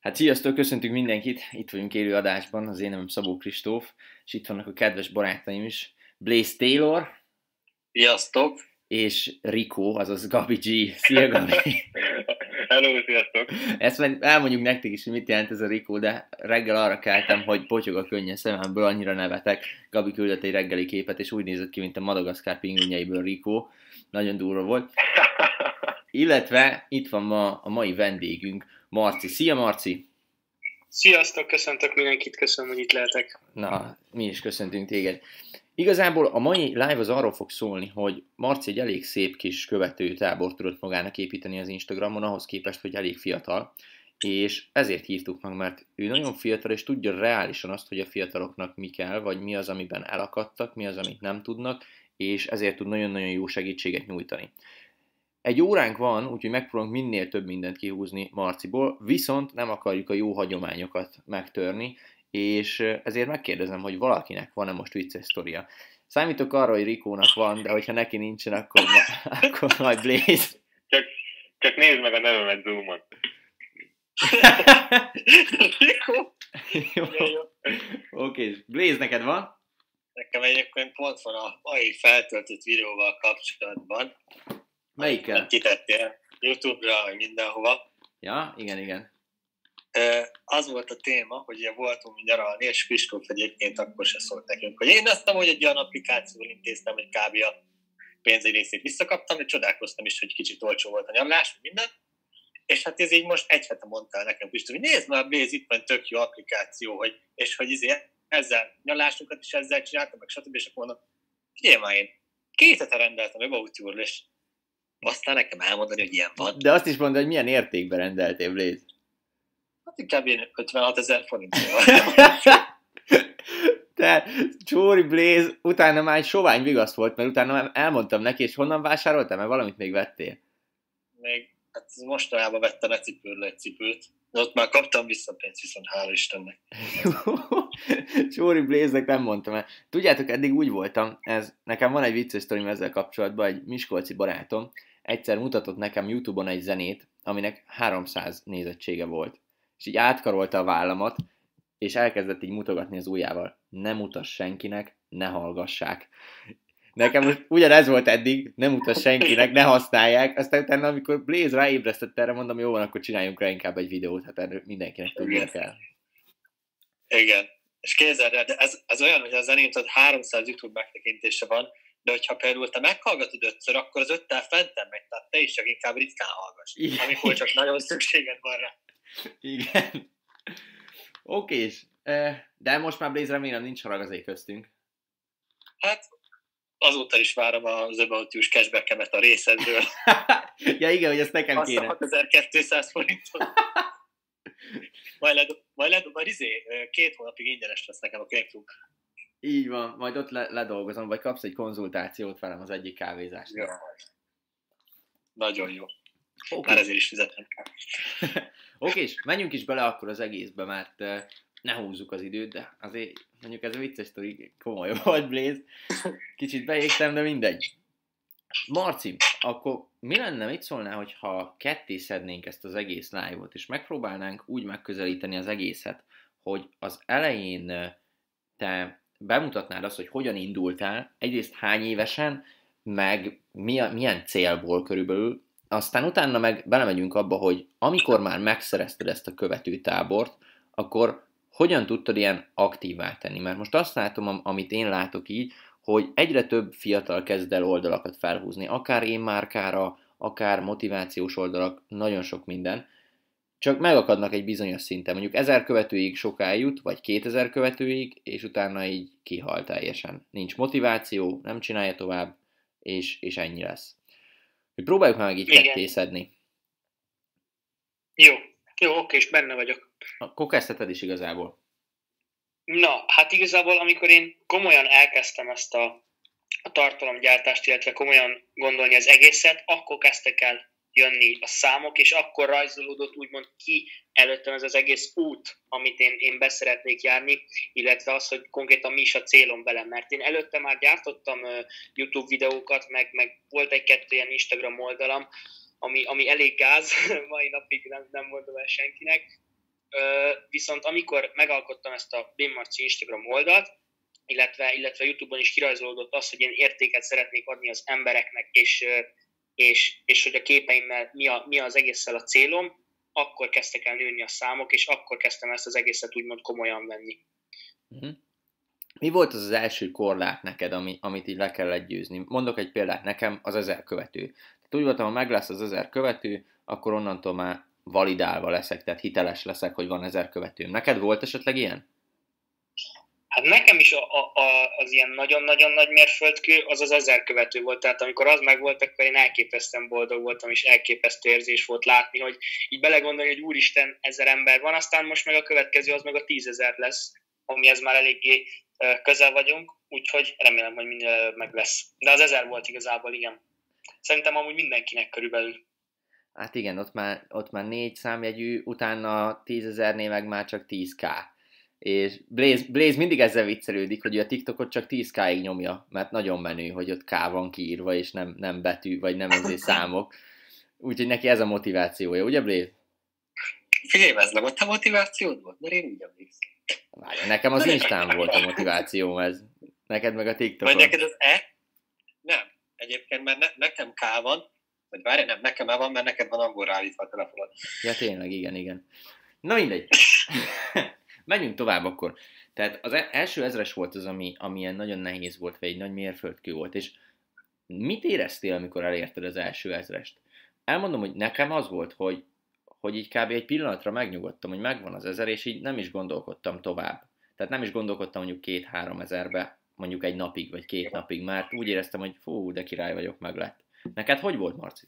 Hát sziasztok, köszöntünk mindenkit, itt vagyunk élő adásban, az én nevem Szabó Kristóf, és itt vannak a kedves barátaim is, Blaze Taylor. Sziasztok! És Rico, azaz Gabi G. Szia, Gabi! Hello, sziasztok! Ezt már elmondjuk nektek is, hogy mit jelent ez a Rico, de reggel arra keltem, hogy potyog a könnye szememből, annyira nevetek. Gabi küldött egy reggeli képet, és úgy nézett ki, mint a Madagaszkár pingvinjeiből Rico. Nagyon durva volt. Illetve itt van ma a mai vendégünk, Marci. Szia, Marci! Sziasztok, köszöntök mindenkit, köszönöm, hogy itt lehetek. Na, mi is köszöntünk téged. Igazából a mai live az arról fog szólni, hogy Marci egy elég szép kis követőtábort tudott magának építeni az Instagramon, ahhoz képest, hogy elég fiatal, és ezért hívtuk meg, mert ő nagyon fiatal, és tudja reálisan azt, hogy a fiataloknak mi kell, vagy mi az, amiben elakadtak, mi az, amit nem tudnak, és ezért tud nagyon-nagyon jó segítséget nyújtani. Egy óránk van, úgyhogy megpróbálunk minél több mindent kihúzni Marciból, viszont nem akarjuk a jó hagyományokat megtörni, és ezért megkérdezem, hogy valakinek van-e most vicces sztoria. Számítok arra, hogy Rikónak van, de hogyha neki nincsen, akkor majd Blaze. Csak nézd meg a nevemet Zoom-on. Oké, Blaze, neked van? Nekem egyébként pont van a mai feltöltött videóval kapcsolatban. Melyikkel? Kitettél YouTube-ra, vagy mindenhova. Ja, igen. Az volt a téma, hogy ugye voltunk nyaralni, és Kristóf egyébként akkor se szólt nekünk, hogy én azt hogy egy olyan applikációval intéztem, hogy kb. A pénzügyi részét visszakaptam, és csodálkoztam is, hogy kicsit olcsó volt a nyaralás, minden. És hát ez így most egy hete mondtál nekem, Kristóf, hogy nézd már, Blaze, itt van tök jó applikáció, és hogy ezzel nyalásunkat is ezzel csináltam, meg stb. És akkor mondom, figyelj már, én 2 hete rendeltem About You-ról, és aztán nekem elmondani, hogy ilyen van. De azt is mondod, hogy milyen értékben rendeltél, Blaze? Hát inkább én 56 000 forintból. Te, Csóri Blaze, utána már egy sovány vigaszt volt, mert utána elmondtam neki, és honnan vásároltam, mert valamit még vettél? Még, hát mostanában vettem egy cipőt, de ott már kaptam vissza pénzt, viszont hála Istennek. Csóri Blaze-nek nem mondtam el. Tudjátok, eddig úgy voltam, nekem van egy vicces sztorim ezzel kapcsolatban, egy miskolci barátom egyszer mutatott nekem YouTube-on egy zenét, aminek 300 nézettsége volt. És így átkarolta a vállamat, és elkezdett így mutogatni az ujjával. Ne mutass senkinek, ne hallgassák. Nekem most ugyanez volt eddig, ne mutass senkinek, ne használják. Aztán utána, amikor Blaze ráébresztett erre, mondom, jó van, akkor csináljunk rá inkább egy videót, hát erről mindenkinek tudnia kell. Igen. És képzeld el, de ez olyan, hogy a zenét 300 YouTube megtekintése van, de hogyha például te meghallgatod 5-ször, akkor az 5-tel fenten megy, tehát te is csak inkább ritkán hallgass, amikor csak nagyon szükséged van rá. Igen. Okés. De most már Blaze remélem nincs harag azért köztünk. Hát, azóta is várom az About You-s cashbackemet a részedről. Ja igen, hogy ezt nekem kéne. 6200 forintot. Majd 2 hónapig ingyenes lesz nekem a könyvklub. Így van, majd ott ledolgozom, vagy kapsz egy konzultációt velem az egyik kávézásnál. Ja. Nagyon jó. Okay. Már ezért is fizetem. Oké, és menjünk is bele akkor az egészbe, mert ne húzzuk az időt, de azért mondjuk ez a vicces sztori komoly volt, Blaze. Kicsit beégtem, de mindegy. Marci, akkor mi lenne, mit szólnál, hogyha ketté szednénk ezt az egész live-ot, és megpróbálnánk úgy megközelíteni az egészet, hogy az elején te bemutatnád azt, hogy hogyan indultál, egyrészt hány évesen, meg milyen célból körülbelül, aztán utána meg belemegyünk abba, hogy amikor már megszerezted ezt a követőtábort, akkor hogyan tudtad ilyen aktívvá tenni? Mert most azt látom, amit én látok így, hogy egyre több fiatal kezd el oldalakat felhúzni, akár én márkára, akár motivációs oldalak, nagyon sok minden, csak megakadnak egy bizonyos szinten, mondjuk 1000 követőig sokáig jut, vagy 2000 követőig, és utána így kihal teljesen. Nincs motiváció, nem csinálja tovább, és ennyi lesz. Hogy próbáljuk meg így ketté szedni. Jó, oké, és benne vagyok. Akkor kezdheted is igazából. Na, hát igazából, amikor én komolyan elkezdtem ezt a tartalomgyártást, illetve komolyan gondolni az egészet, akkor kezdtek el jönni a számok, és akkor rajzolódott úgymond ki előttem ez az egész út, amit én beszeretnék járni, illetve az, hogy konkrétan mi is a célom velem, mert én előtte már gyártottam YouTube videókat, meg volt egy-kettő ilyen Instagram oldalam, ami elég gáz, mai napig nem mondom el senkinek, viszont amikor megalkottam ezt a Bén Marci Instagram oldalt, illetve YouTube-on is kirajzolódott az, hogy én értéket szeretnék adni az embereknek, és hogy a képeimmel mi az egésszel a célom, akkor kezdtek el nőni a számok, és akkor kezdtem ezt az egészet úgymond komolyan venni. Mi volt az első korlát neked, amit így le kellett győzni? Mondok egy példát, nekem az 1000 követő. Tehát úgy voltam, ha meg lesz az 1000 követő, akkor onnantól már validálva leszek, tehát hiteles leszek, hogy van 1000 követőm. Neked volt esetleg ilyen? Hát nekem is az ilyen nagyon-nagyon nagy mérföldkő az 1000 követő volt, tehát amikor az megvolt, akkor én elképesztően boldog voltam, és elképesztő érzés volt látni, hogy így belegondolni, hogy úristen, 1000 ember van, aztán most meg a következő az meg a 10 000 lesz, amihez már eléggé közel vagyunk, úgyhogy remélem, hogy minél előbb meg lesz. De az 1000 volt igazából, igen. Szerintem amúgy mindenkinek körülbelül. Hát igen, ott már 4 számjegyű, utána 10 000-nél meg már csak 10k. És Blaze mindig ezzel viccelődik, hogy a TikTokot csak 10k-ig nyomja, mert nagyon menő, hogy ott K van kiírva, és nem betű, vagy nem ezért számok. Úgyhogy neki ez a motivációja, ugye Blaze? Figyelj, ez nem a motivációd volt? Mert én úgy emlékszem. Várj, nekem az Instán volt a motivációm ez. Neked meg a TikTokon. Vagy neked az E? Nem. Egyébként, mert nekem K van, vagy várj, nem, nekem E van, mert neked van angolra állítva a telefonod. Ja, tényleg, igen. Na mindegy. Menjünk tovább akkor. Tehát az első 1000-es volt az, ami ilyen nagyon nehéz volt, vagy egy nagy mérföldkő volt, és mit éreztél, amikor elérted az első 1000-est? Elmondom, hogy nekem az volt, hogy így kb. Egy pillanatra megnyugodtam, hogy megvan az 1000, és így nem is gondolkodtam tovább. Tehát nem is gondolkodtam mondjuk 2-3 ezerbe, mondjuk egy napig, vagy 2 napig, mert úgy éreztem, hogy fú, de király vagyok, meg lett. Neked hogy volt, Marci?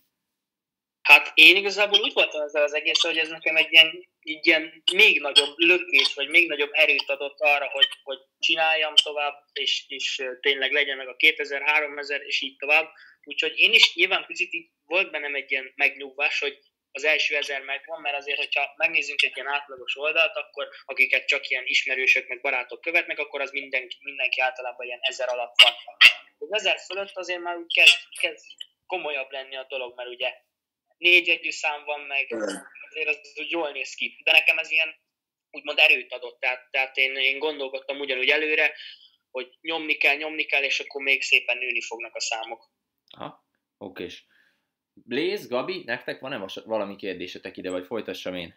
Hát én igazából úgy voltam ezzel az egész, hogy ez nekem egy ilyen még nagyobb lökés, vagy még nagyobb erőt adott arra, hogy csináljam tovább, és tényleg legyen meg a 2000, 3000, és így tovább. Úgyhogy én is nyilván picit így volt bennem egy ilyen megnyugvás, hogy az első 1000 megvan, mert azért, hogyha megnézzünk egy ilyen átlagos oldalt, akkor akiket csak ilyen ismerősök meg barátok követnek, akkor az mindenki általában ilyen 1000 alatt van. Az 1000 fölött azért már úgy kezd komolyabb lenni a dolog, mert ugye 4 jegyű szám van, meg azért az úgy jól néz ki. De nekem ez ilyen úgymond erőt adott, tehát én gondolkodtam ugyanúgy előre, hogy nyomni kell, és akkor még szépen nőni fognak a számok. Aha, okés. Blaze, Gabi, nektek van-e valami kérdésetek ide, vagy folytassam én?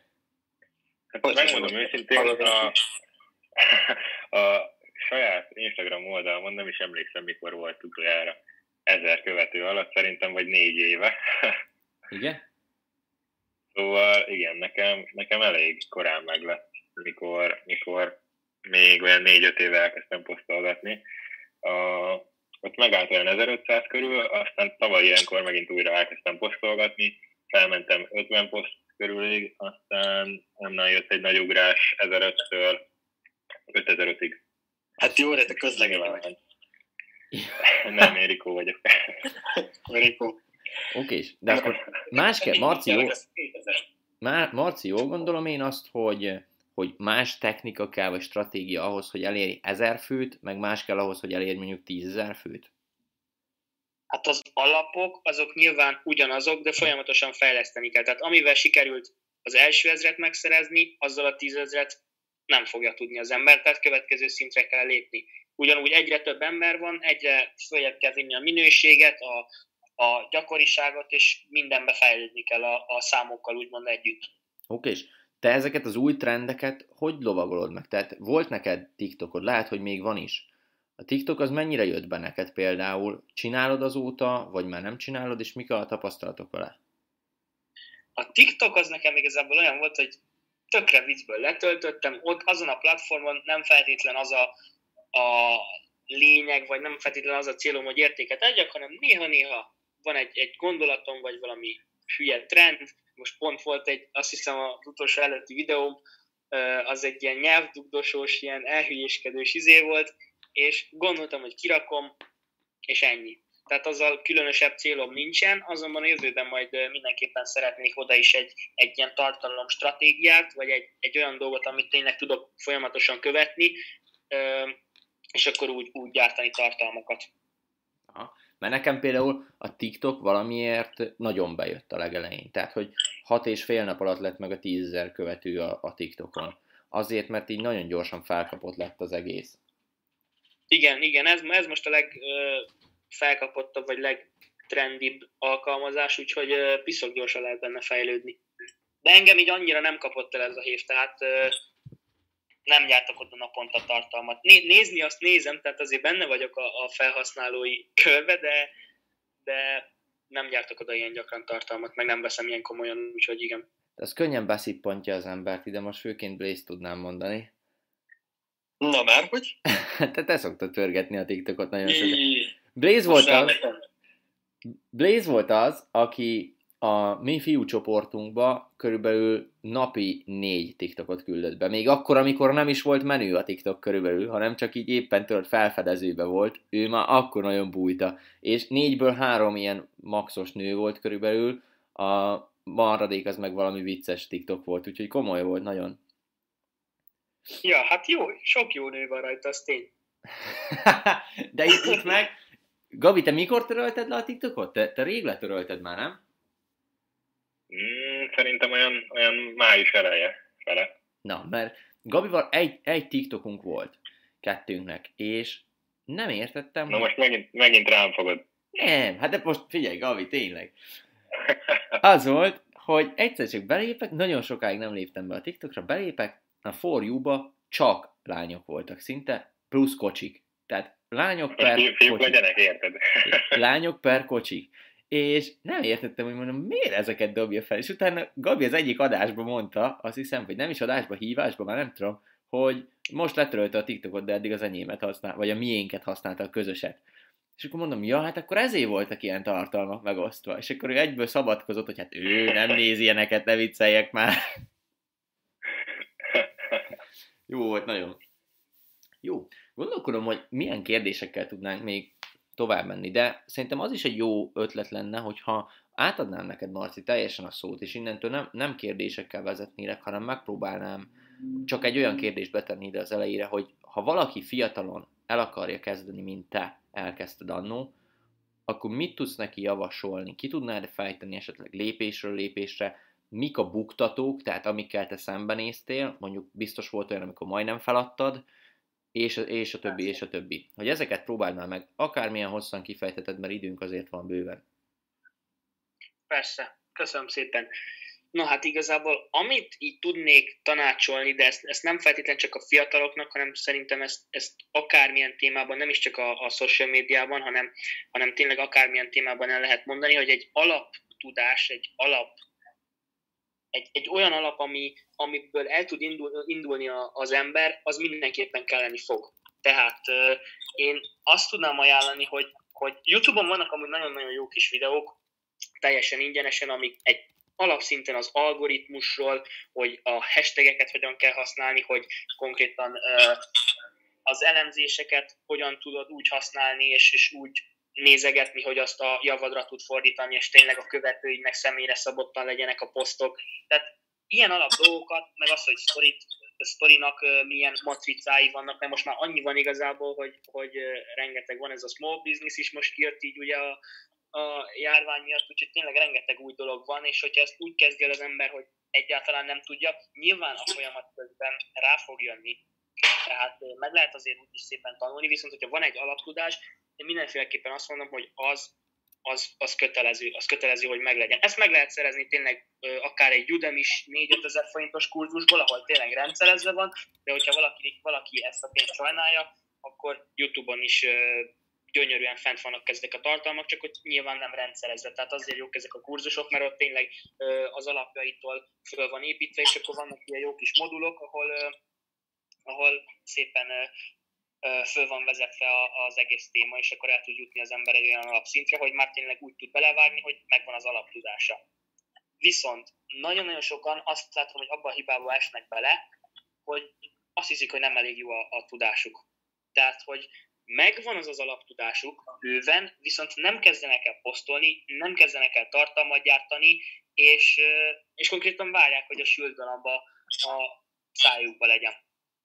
Hát megmondom őszintén, a saját Instagram oldalon nem is emlékszem, mikor volt utoljára 1000 követő alatt, szerintem vagy 4 éve. Igen? Szóval igen, nekem elég korán meg lett, mikor még olyan 4-5 éve elkezdtem posztolgatni. Ott megállt olyan 1500 körül, aztán tavaly ilyenkor megint újra elkezdtem posztolgatni, felmentem 50 poszt körülig, aztán onnan jött egy nagy ugrás 1500-től 5005-ig. Hát jó, de te közlegény vagy. Nem, én Rikó vagyok. Rikó. Oké, de akkor más kell, Marci, jól gondolom én azt, hogy más technika kell, vagy stratégia ahhoz, hogy elérj 1000 főt, meg más kell ahhoz, hogy elérj mondjuk 10 000 főt? Hát az alapok, azok nyilván ugyanazok, de folyamatosan fejleszteni kell. Tehát amivel sikerült az első 1000-et megszerezni, azzal a 10 000-et nem fogja tudni az ember, tehát következő szintre kell lépni. Ugyanúgy egyre több ember van, egyre följebb kell vinni a minőséget, a gyakoriságot, és mindenbe fejlődni kell a számokkal úgymond együtt. Oké, és te ezeket az új trendeket hogy lovagolod meg? Tehát volt neked TikTokod, lehet, hogy még van is. A TikTok az mennyire jött be neked például? Csinálod azóta, vagy már nem csinálod, és mik a tapasztalatok vele? A TikTok az nekem igazából olyan volt, hogy tökre viccből letöltöttem, ott azon a platformon nem feltétlen az a lényeg, vagy nem feltétlenül az a célom, hogy értéket adjak, hanem néha-néha van egy gondolatom, vagy valami hülye trend. Most pont volt azt hiszem az utolsó előtti videóm, az egy ilyen nyelvdugdosós, ilyen elhülyéskedős volt, és gondoltam, hogy kirakom, és ennyi. Tehát azzal különösebb célom nincsen, azonban a jövőben majd mindenképpen szeretnék oda is egy ilyen tartalom stratégiát, vagy egy olyan dolgot, amit tényleg tudok folyamatosan követni, és akkor úgy gyártani tartalmakat. Aha. Mert nekem például a TikTok valamiért nagyon bejött a legelején. Tehát, hogy 6,5 nap alatt lett meg a 10 000 követő a TikTokon. Azért, mert így nagyon gyorsan felkapott lett az egész. Igen, ez most a legfelkapottabb, vagy legtrendibb alkalmazás, úgyhogy piszok gyorsan lehet benne fejlődni. De engem így annyira nem kapott el ez a hév, tehát nem gyártok oda naponta tartalmat. Nézni azt nézem, tehát azért benne vagyok a felhasználói körbe, de nem gyártok oda ilyen gyakran tartalmat, meg nem veszem ilyen komolyan, úgyhogy igen. Ez könnyen beszippantja az embert, ide most főként Blaze tudnám mondani. Na már, hogy? Te szoktad törgetni a TikTokot nagyon sokat. Blaze volt az, aki a mi fiú csoportunkba körülbelül napi 4 TikTokot küldött be. Még akkor, amikor nem is volt menü a TikTok körülbelül, hanem csak így éppen felfedezőbe volt, ő már akkor nagyon bújta. És 4-ből 3 ilyen maxos nő volt körülbelül, a maradék az meg valami vicces TikTok volt, úgyhogy komoly volt nagyon. Ja, hát jó, sok jó nő van rajta, az tény. De itt meg... Gabi, te mikor törölted le a TikTokot? Te rég letörölted már, nem? Szerintem olyan május eleje fele. Na, mert Gabival egy TikTokunk volt, kettőnknek, és nem értettem... Na most megint rám fogod. Nem, hát de most figyelj, Gabi, tényleg. Az volt, hogy egyszer csak belépek, nagyon sokáig nem léptem be a TikTokra, belépek, a For You-ba csak lányok voltak szinte, plusz kocsik. Tehát lányok per fiúk legyenek, érted? Lányok per kocsik. És nem értettem, hogy mondom, miért ezeket dobja fel. És utána Gabi az egyik adásban mondta, azt hiszem, hogy nem is adásban, hívásban, már nem tudom, hogy most letörölte a TikTokot, de eddig az enyémet használ, vagy a miénket használta a közöset. És akkor mondom, ja, hát akkor ezért voltak ilyen tartalmak megosztva. És akkor ő egyből szabadkozott, hogy hát ő nem néz ilyeneket, ne vicceljek már. Jó volt, nagyon. Jó. Gondolkodom, hogy milyen kérdésekkel tudnánk még tovább menni, de szerintem az is egy jó ötlet lenne, hogyha átadnám neked, Marci, teljesen a szót, és innentől nem kérdésekkel vezetnélek, hanem megpróbálnám csak egy olyan kérdést betenni ide az elejére, hogy ha valaki fiatalon el akarja kezdeni, mint te elkezdted annó, akkor mit tudsz neki javasolni? Ki tudnád fejteni esetleg lépésről lépésre, mik a buktatók, tehát amikkel te szembenéztél, mondjuk biztos volt olyan, amikor majdnem feladtad, és a többi, és a többi. Hogy ezeket próbáld már meg, akármilyen hosszan kifejteted, mert időnk azért van bőven. Persze, köszönöm szépen. Na hát igazából, amit így tudnék tanácsolni, de ezt nem feltétlenül csak a fiataloknak, hanem szerintem ezt akármilyen témában, nem is csak a social médiában, hanem tényleg akármilyen témában el lehet mondani, hogy egy alaptudás, egy olyan alap, amiből el tud indulni az ember, az mindenképpen kelleni fog. Tehát én azt tudnám ajánlani, hogy YouTube-on vannak amúgy nagyon-nagyon jó kis videók, teljesen ingyenesen, amik egy alapszinten az algoritmusról, hogy a hashtageket hogyan kell használni, hogy konkrétan az elemzéseket hogyan tudod úgy használni, és úgy nézegetni, hogy azt a javadra tud fordítani, és tényleg a követőidnek személyre szabottan legyenek a posztok. Tehát ilyen alap dolgokat, meg az, hogy sztorinak milyen matricái vannak, mert most már annyi van igazából, hogy rengeteg van, ez a small business is most kijött így ugye a járvány miatt, úgyhogy tényleg rengeteg új dolog van, és hogyha ezt úgy kezdje az ember, hogy egyáltalán nem tudja, nyilván a folyamat közben rá fog jönni. Tehát meg lehet azért úgy is szépen tanulni, viszont hogyha van egy alaptudás, én mindenféleképpen azt mondom, hogy az kötelező, hogy meglegyen. Ezt meg lehet szerezni tényleg akár egy Udemy-s 4-5 ezer forintos kurzusból, ahol tényleg rendszerezve van, de hogyha valaki ezt a pénzt sajnálja, akkor YouTube-on is gyönyörűen fent vannak ezek a tartalmak, csak hogy nyilván nem rendszerezve. Tehát azért jók ezek a kurzusok, mert ott tényleg az alapjaitól föl van építve, és akkor vannak ilyen jó kis modulok, ahol szépen föl van vezetve az egész téma, és akkor el tud jutni az ember egy olyan alapszintre, hogy már tényleg úgy tud belevágni, hogy megvan az alaptudása. Viszont nagyon-nagyon sokan azt látom, hogy abban a hibába esnek bele, hogy azt hiszik, hogy nem elég jó a tudásuk. Tehát, hogy megvan az alaptudásuk bőven, viszont nem kezdenek el posztolni, nem kezdenek el tartalmat gyártani, és konkrétan várják, hogy a sült galamba a szájukba legyen.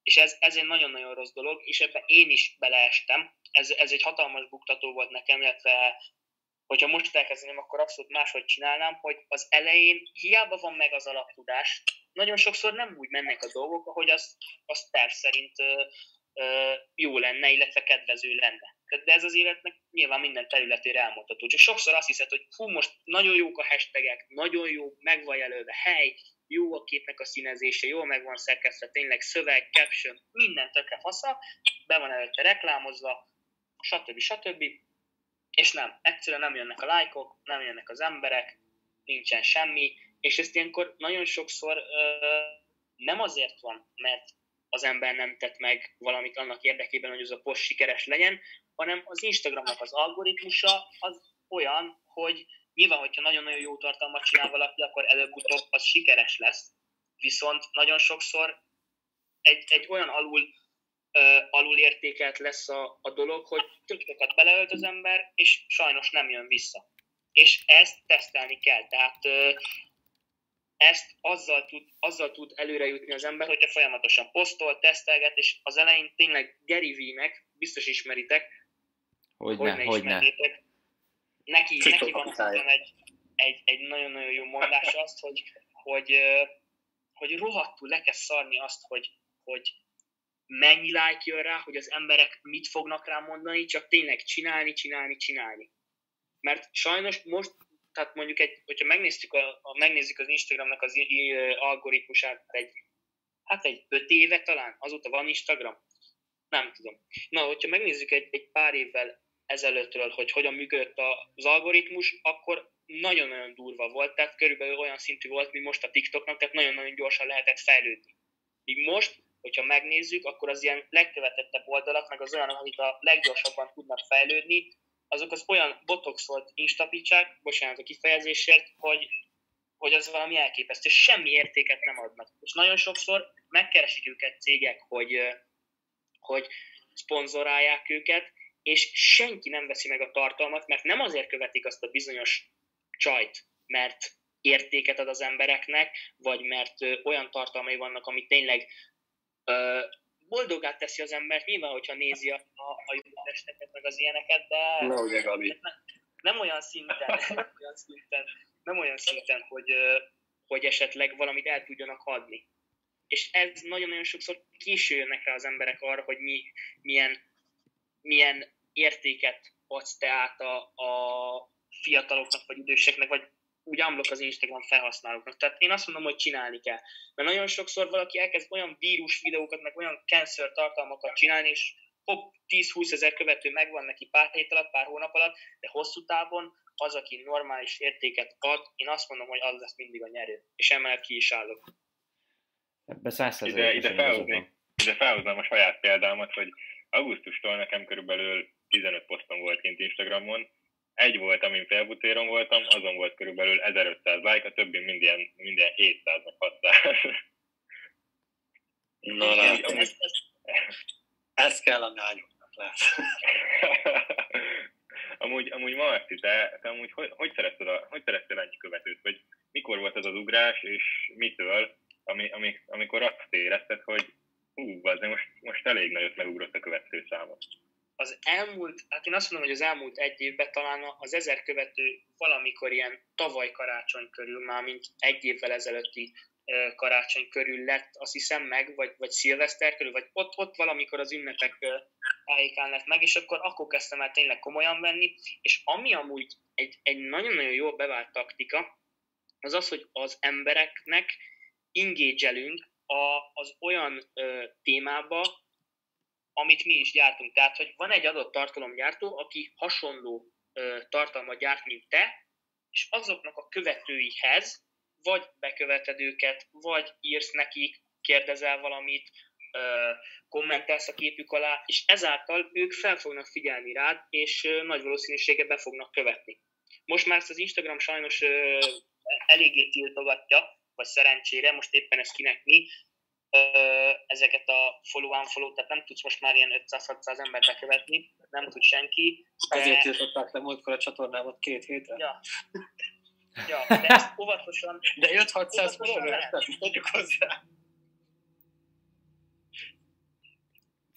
És ez egy nagyon-nagyon rossz dolog, és ebben én is beleestem. Ez egy hatalmas buktató volt nekem, illetve hogyha most elkezdeném, akkor abszolút máshogy csinálnám, hogy az elején hiába van meg az alaptudás, nagyon sokszor nem úgy mennek a dolgok, ahogy az terv szerint jó lenne, illetve kedvező lenne. De ez az életnek nyilván minden területére elmondható. Csak sokszor azt hiszed, hogy hú, most nagyon jók a hashtagek, nagyon jó, meg van jelölve hely, jó a képnek a színezése, jól meg van szerkesztve, tényleg szöveg, caption, minden tökre fasza, be van előtte reklámozva, stb. És nem, egyszerűen nem jönnek a lájkok, nem jönnek az emberek, nincsen semmi, és ezt ilyenkor nagyon sokszor nem azért van, mert az ember nem tett meg valamit annak érdekében, hogy az a poszt sikeres legyen, hanem az Instagramnak az algoritmusa az olyan, hogy nyilván, hogyha nagyon-nagyon jó tartalmat csinál valaki, akkor előbb-utóbb az sikeres lesz, viszont nagyon sokszor egy olyan alul értékelt lesz a dolog, hogy tök sokat beleölt az ember, és sajnos nem jön vissza. És ezt tesztelni kell, tehát ezt azzal tud előre jutni az ember, hogyha folyamatosan posztol, tesztelget, és az elején tényleg Gary V-nek, biztos ismeritek, Hogyne. ismeritek, neki van egy nagyon-nagyon jó mondás azt, hogy rohadtul le kell szarni azt, hogy mennyi like jön rá, hogy az emberek mit fognak rá mondani, csak tényleg csinálni. Mert sajnos most, tehát mondjuk hogyha megnézzük az Instagramnak az algoritmusát egy 5 éve talán, azóta van Instagram? Nem tudom. Na, hogyha megnézzük egy pár évvel ezelőttről, hogy hogyan működött az algoritmus, akkor nagyon-nagyon durva volt, tehát körülbelül olyan szintű volt, mint most a TikToknak, tehát nagyon-nagyon gyorsan lehetett fejlődni. Míg most, hogyha megnézzük, akkor az ilyen legkövetettebb oldalak, meg az olyanok, akik a leggyorsabban tudnak fejlődni, azok az olyan botoxolt instapicsák, bocsánat a kifejezésért, hogy az valami elképesztő, semmi értéket nem adnak. És nagyon sokszor megkeresik őket cégek, hogy szponzorálják őket, és senki nem veszi meg a tartalmat, mert nem azért követik azt a bizonyos csajt, mert értéket ad az embereknek, vagy mert olyan tartalmai vannak, ami tényleg boldogá teszi az embert, nyilván, hogyha nézi a testeket, meg az ilyeneket, de ugye, Gabi. nem olyan szinten, hogy esetleg valamit el tudjanak adni. És ez nagyon-nagyon sokszor késő jönnek rá az emberek arra, hogy milyen értéket adsz te át a fiataloknak, vagy időseknek, vagy úgy unblock az Instagram felhasználóknak. Tehát én azt mondom, hogy csinálni kell. Mert nagyon sokszor valaki elkezd olyan vírus videókat, meg olyan cancer tartalmakat csinálni, és hopp, 10-20 ezer követő megvan neki pár hét alatt, pár hónap alatt, de hosszú távon az, aki normális értéket ad, én azt mondom, hogy az lesz mindig a nyerő. És emellett ki is állok. Ide felhoznám a saját példámat, hogy augusztustól nekem körülbelül 15 posztom volt kint Instagramon, egy volt, amin félbutéron voltam, azon volt körülbelül 1500 like, a többi minden 700 meg 600. Na látom. Ez kell a lányoknak, látsz. amúgy Marci, te amúgy hogy szerezted ennyi követőt? Vagy mikor volt ez az ugrás, és mitől, amikor azt érezted, hogy most elég nagyot megugrott a követő számot? Én azt mondom, hogy az elmúlt egy évben talán az 1000 követő valamikor ilyen tavaly karácsony körül, már mint egy évvel ezelőtti karácsony körül lett, azt hiszem meg, vagy szilveszter körül, vagy ott valamikor az ünnepek tájékán lett meg, és akkor kezdtem el tényleg komolyan venni, és ami amúgy egy nagyon-nagyon jól bevált taktika, az az, hogy az embereknek engage-elünk az olyan témába, amit mi is gyártunk. Tehát, hogy van egy adott tartalomgyártó, aki hasonló tartalmat gyárt, mint te, és azoknak a követőihez vagy beköveted őket, vagy írsz nekik, kérdezel valamit, kommentelsz a képük alá, és ezáltal ők fel fognak figyelni rád, és nagy valószínűséggel be fognak követni. Most már ezt az Instagram sajnos eléggé tiltogatja, vagy szerencsére, most éppen ez kinek mi, ezeket a follow-unfollow, tehát nem tudsz most már ilyen 500-600 embert bekövetni, nem tud senki. Ezért tiltották le múltkor a csatornámat 2 hétre. Ja, de ezt óvatosan... De 5-600 follower, tegyük hozzá.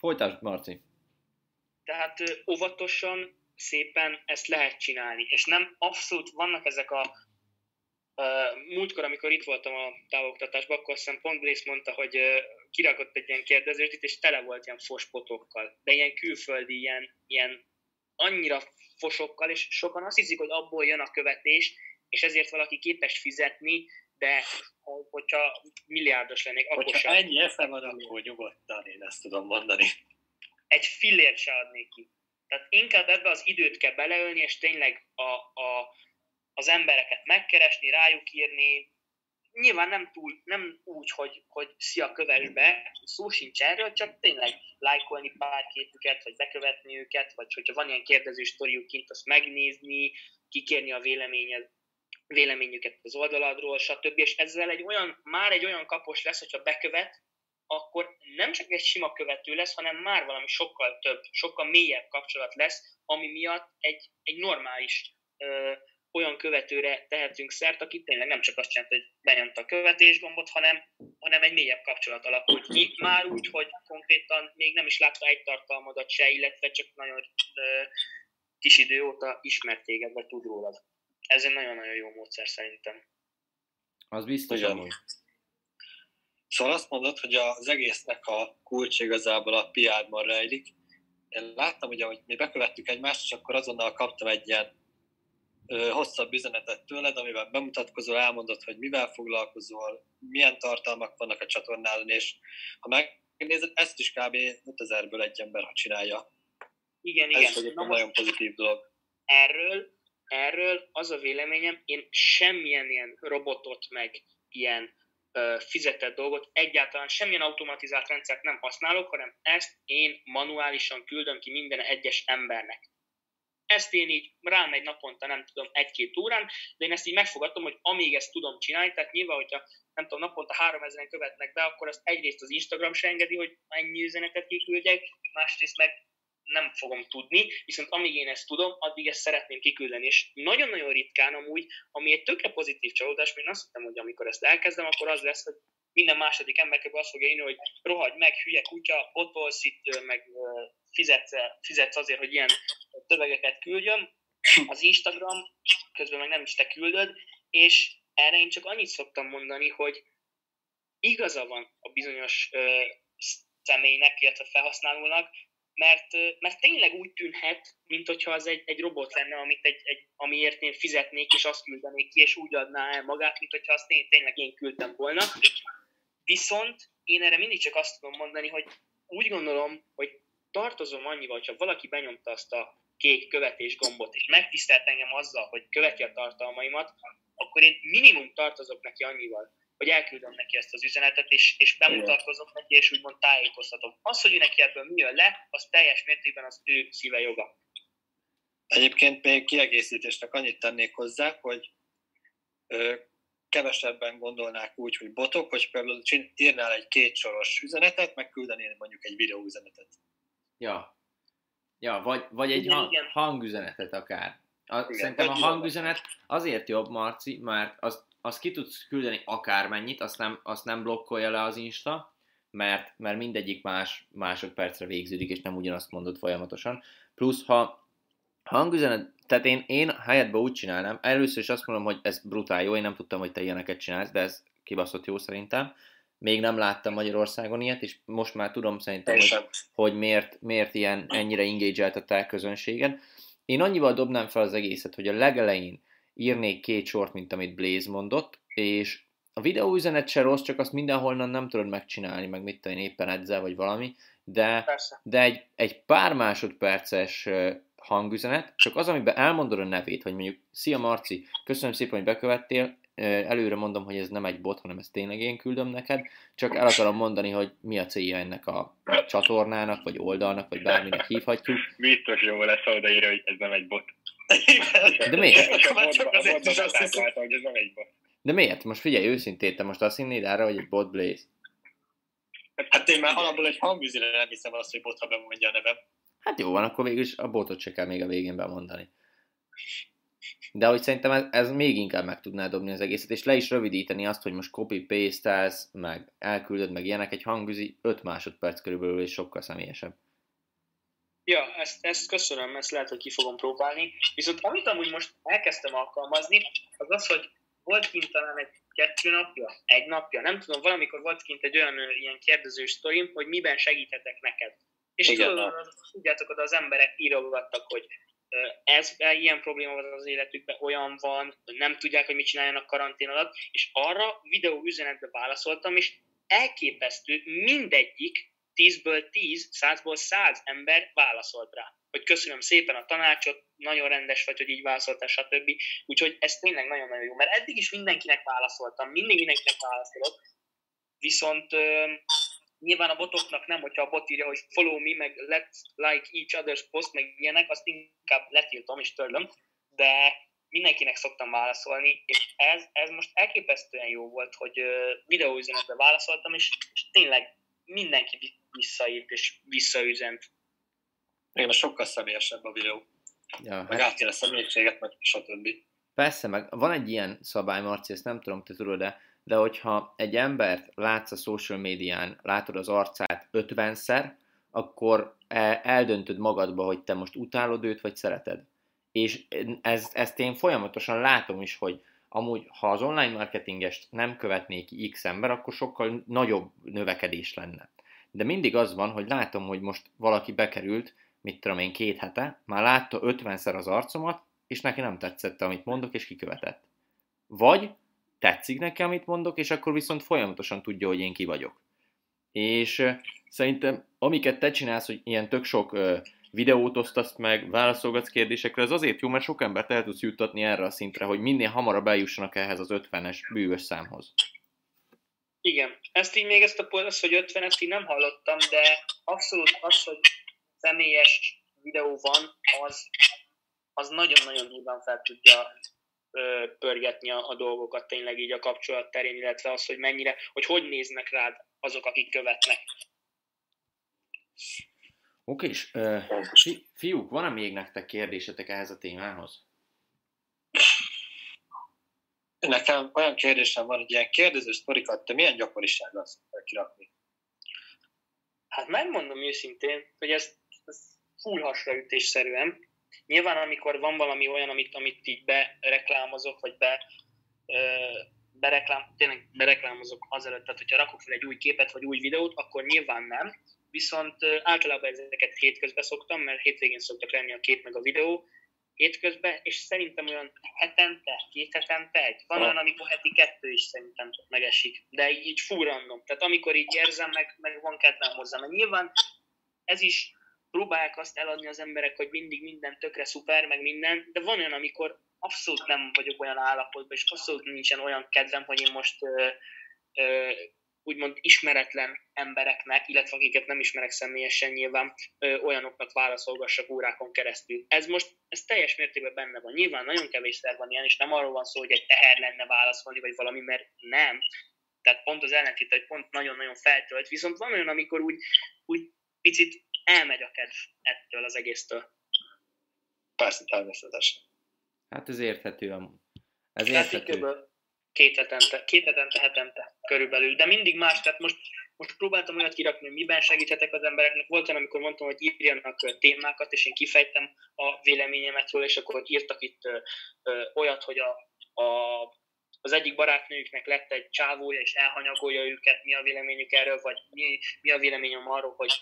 Folytasd, Marci. Tehát óvatosan, szépen ezt lehet csinálni. És nem abszolút vannak ezek a múltkor, amikor itt voltam a távoktatásban, akkor azt hiszem pont Blaze mondta, hogy kirakott egy ilyen kérdezőt, és tele volt ilyen fospotokkal. De ilyen külföldi, ilyen annyira fosokkal, és sokan azt hiszik, hogy abból jön a követés, és ezért valaki képes fizetni, de hogyha milliárdos lennék, akkor Hogyha sem. ennyi esze van, akkor nyugodtan én ezt tudom mondani. Egy fillért se adnék ki. Tehát inkább ebbe az időt kell beleölni, és tényleg az embereket megkeresni, rájuk írni. Nyilván nem úgy, hogy szia, kövess be, szó sincs erről, csak tényleg lájkolni pár képüket, vagy bekövetni őket, vagy hogyha van ilyen kérdező sztoriuk kint, azt megnézni, kikérni a véleményüket az oldaladról, stb. És ezzel már egy olyan kapos lesz, hogyha bekövet, akkor nem csak egy sima követő lesz, hanem már valami sokkal több, sokkal mélyebb kapcsolat lesz, ami miatt egy normális olyan követőre tehetünk szert, aki tényleg nem csak azt csinált, hogy benyomta a követésgombot, hanem egy mélyebb kapcsolat alakult ki. Már úgy, hogy konkrétan még nem is látta egy tartalmadat se, illetve csak nagyon kis idő óta ismert téged, vagy tud rólad. Ez egy nagyon-nagyon jó módszer szerintem. Az biztos amúgy. Szóval azt mondod, hogy az egésznek a kulcs igazából a PR-ban rejlik. Én láttam, ugye, hogy mi bekövettük egymást, és akkor azonnal kaptam egy ilyen hosszabb üzenetet tőled, amiben bemutatkozol, elmondod, hogy mivel foglalkozol, milyen tartalmak vannak a csatornádon, és ha megnézed, ezt is kb. 5000-ből egy ember, ha csinálja. Igen. Ez egy nagyon pozitív dolog. Erről az a véleményem, én semmilyen ilyen robotot, meg ilyen fizetett dolgot, egyáltalán semmilyen automatizált rendszert nem használok, hanem ezt én manuálisan küldöm ki minden egyes embernek. Ezt én így rám egy naponta, nem tudom, 1-2 órán, de én ezt így megfogadtam, hogy amíg ezt tudom csinálni, tehát nyilván, hogyha nem tudom, naponta 3000-en követnek be, akkor azt egyrészt az Instagram se engedi, hogy ennyi üzenetet kiküldjek, másrészt meg nem fogom tudni, viszont amíg én ezt tudom, addig ezt szeretném kiküldeni, és nagyon-nagyon ritkán amúgy, ami egy tökre pozitív csalódás, mert én azt hittem, hogy amikor ezt elkezdem, akkor az lesz, hogy minden második ember azt fogja írni, hogy rohagy meg, hülye kutya, botolsz itt, meg fizetsz azért, hogy ilyen tövegeket küldjön. Az Instagram, közben meg nem is te küldöd, és erre én csak annyit szoktam mondani, hogy igaza van a bizonyos személynek, illetve felhasználónak, mert tényleg úgy tűnhet, mint hogyha az egy robot lenne, amiért én fizetnék, és azt küldenék ki, és úgy adná el magát, mint hogyha azt tényleg én küldtem volna. Viszont én erre mindig csak azt tudom mondani, hogy úgy gondolom, hogy tartozom annyival, hogyha valaki benyomta azt a kék követés gombot, és megtisztelt engem azzal, hogy követi a tartalmaimat, akkor én minimum tartozok neki annyival, hogy elküldöm neki ezt az üzenetet, és bemutatkozok neki, és úgymond tájékoztatom. Az, hogy ő neki ebből mi jön le, az teljes mértékben az ő szíve joga. Egyébként még kiegészítésnek annyit tennék hozzá, hogy kevesebben gondolnák úgy, hogy botok, hogy például írnál egy 2 soros üzenetet, megküldenél mondjuk egy videóüzenetet. Ja, vagy egy hangüzenetet akár. Szerintem a hangüzenet azért jobb, Marci, mert azt ki tudsz küldeni akármennyit, azt nem blokkolja le az Insta, mert mindegyik más másodpercre végződik, és nem ugyanazt mondod folyamatosan. Plusz, ha hangüzenet, tehát én helyetben úgy csinálnám, először is azt mondom, hogy ez brutál jó, én nem tudtam, hogy te ilyeneket csinálsz, de ez kibaszott jó szerintem. Még nem láttam Magyarországon ilyet, és most már tudom szerintem, hogy miért ilyen ennyire engage-elt a te közönséged. Én annyival dobnám fel az egészet, hogy a legelején írnék 2 sort, mint amit Blaze mondott, és a videóüzenet se rossz, csak azt mindenholnan nem tudod megcsinálni, meg mit tudom én éppen edzel, vagy valami, de egy pár másodperces hangüzenet, csak az, amiben elmondod a nevét, hogy mondjuk, szia Marci, köszönöm szépen, hogy bekövettél, előre mondom, hogy ez nem egy bot, hanem ezt tényleg én küldöm neked, csak el akarom mondani, hogy mi a célja ennek a csatornának, vagy oldalnak, vagy bárminek hívhatjuk. Biztos jó lesz odaírja, hogy ez nem egy bot. De miért? Hogy ez nem egy bot. De miért? Most figyelj, őszintén, te most azt hinnéd erre, hogy egy bot, Blaze? Hát én már alapból egy hangüzenetre nem hiszem azt, hogy botra bemondja a nevem. Hát jó van, akkor végül is a botot se kell még a végén bemondani. De hogy szerintem ez még inkább meg tudná dobni az egészet, és le is rövidíteni azt, hogy most copy-paste-elsz, meg elküldöd, meg ilyenek, egy hangüzi 5 másodperc körülbelül, és sokkal személyesebb. Ja, ezt köszönöm, ezt lehet, hogy ki fogom próbálni. Viszont amit amúgy most elkezdtem alkalmazni, az az, hogy volt kint talán egy 2 napja, 1 napja, nem tudom, valamikor volt kint egy olyan ilyen kérdező sztorim, hogy miben segíthetek neked. És tudjátok, oda az emberek írogattak, hogy ilyen probléma van az életükben, olyan van, nem tudják, hogy mit csináljanak karantén alatt, és arra videó üzenetbe válaszoltam, és elképesztő, mindegyik 10-ből 10, 100-ból 100 ember válaszolt rá. Hogy köszönöm szépen a tanácsot, nagyon rendes vagy, hogy így válaszoltál, stb. Úgyhogy ez tényleg nagyon-nagyon jó, mert eddig is mindenkinek válaszoltam, mindig mindenkinek válaszolok, viszont nyilván a botoknak nem, hogyha a bot írja, hogy follow me, meg let's like each other's post, meg ilyenek, azt inkább letiltom és törlöm, de mindenkinek szoktam válaszolni, és ez most elképesztően jó volt, hogy videóüzenetbe válaszoltam, és tényleg mindenki visszaírt és visszaüzent. Igen, a sokkal személyesebb a videó. Ja, meg át kéne személyiséget, meg stb. Persze, meg van egy ilyen szabály, Marci, ezt nem tudom, te tudod, de hogyha egy embert látsz a social médián, látod az arcát 50-szer, akkor eldöntöd magadba, hogy te most utálod őt, vagy szereted. És ezt én folyamatosan látom is, hogy amúgy, ha az online marketingest nem követné ki X ember, akkor sokkal nagyobb növekedés lenne. De mindig az van, hogy látom, hogy most valaki bekerült, mit tudom én, 2 hete, már látta 50-szer az arcomat, és neki nem tetszett, amit mondok, és kikövetett. Vagy tetszik neki, amit mondok, és akkor viszont folyamatosan tudja, hogy én ki vagyok. És szerintem, amiket te csinálsz, hogy ilyen tök sok videót osztasz meg, válaszolgatsz kérdésekre, ez azért jó, mert sok embert el tudsz juttatni erre a szintre, hogy minél hamarabb eljussanak ehhez az 50-es bűvös számhoz. Igen, ezt így még hogy 50, ezt így nem hallottam, de abszolút az, hogy személyes videó van, az nagyon-nagyon durván fel tudja pörgetni a dolgokat tényleg így a kapcsolat terén, illetve az, hogy mennyire, hogy néznek rád azok, akik követnek. Oké, és fiúk, van-e még nektek kérdésetek ehhez a témához? Nekem olyan kérdésem van, hogy ilyen kérdező sztorikat te milyen gyakorisággal szoktál kirakni? Hát megmondom őszintén, hogy ez full hasraütésszerűen. Nyilván, amikor van valami olyan, amit így bereklámozok, vagy tényleg bereklámozok azelőtt, tehát hogyha rakok fel egy új képet, vagy új videót, akkor nyilván nem. Viszont általában ezeket hétközben szoktam, mert hétvégén szoktak lenni a kép meg a videó hétközben, és szerintem olyan hetente, 2 hetente egy. Van olyan, amikor heti 2 is szerintem megesik, de így full random. Tehát amikor így érzem, meg van kedvem hozzá. Mert nyilván ez is próbálják azt eladni az emberek, hogy mindig minden tökre szuper, meg minden, de van olyan, amikor abszolút nem vagyok olyan állapotban, és abszolút nincsen olyan kedvem, hogy én most úgymond ismeretlen embereknek, illetve akiket nem ismerek személyesen nyilván, olyanoknak válaszolgassak órákon keresztül. Ez teljes mértékben benne van. Nyilván nagyon kevésszer van ilyen, és nem arról van szó, hogy egy teher lenne válaszolni, vagy valami, mert nem. Tehát pont az ellentét, hogy pont nagyon-nagyon feltölt. Viszont van olyan, amikor úgy picit elmegy a kedv ettől az egésztől. Persze, természetesen. Hát ez érthető amúgy. Ez érthető. 2 hetente körülbelül, de mindig más, tehát most próbáltam olyat kirakni, hogy miben segíthetek az embereknek. Volt olyan, amikor mondtam, hogy írjanak témákat, és én kifejtem a véleményemet róla, és akkor írtak itt olyat, hogy az egyik barátnőjüknek lett egy csávója, és elhanyagolja őket, mi a véleményük erről, vagy mi a véleményem arról, hogy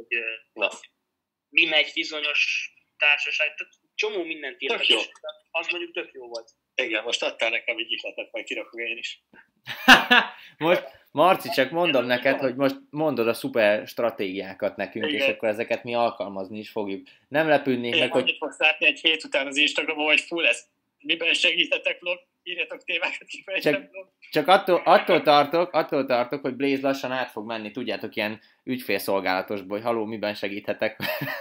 mi megy bizonyos társaság, tehát csomó mindent írtak, és az mondjuk tök jó volt. Igen, most adtál nekem egy ihletet, majd kirakok én is. Most, Marci, csak mondom neked, hogy most mondod a szuper stratégiákat nekünk, igen. És akkor ezeket mi alkalmazni is fogjuk. Nem lepődnék meg, hogy... Én fogsz látni egy hét után az Instagramon, hogy full ez. Miben segítetek vlog? Írjatok témákat, kifejtsem vlog. Csak attól tartok, hogy Blaze lassan át fog menni, tudjátok, ilyen ügyfélszolgálatosból, hogy haló, miben segíthetek.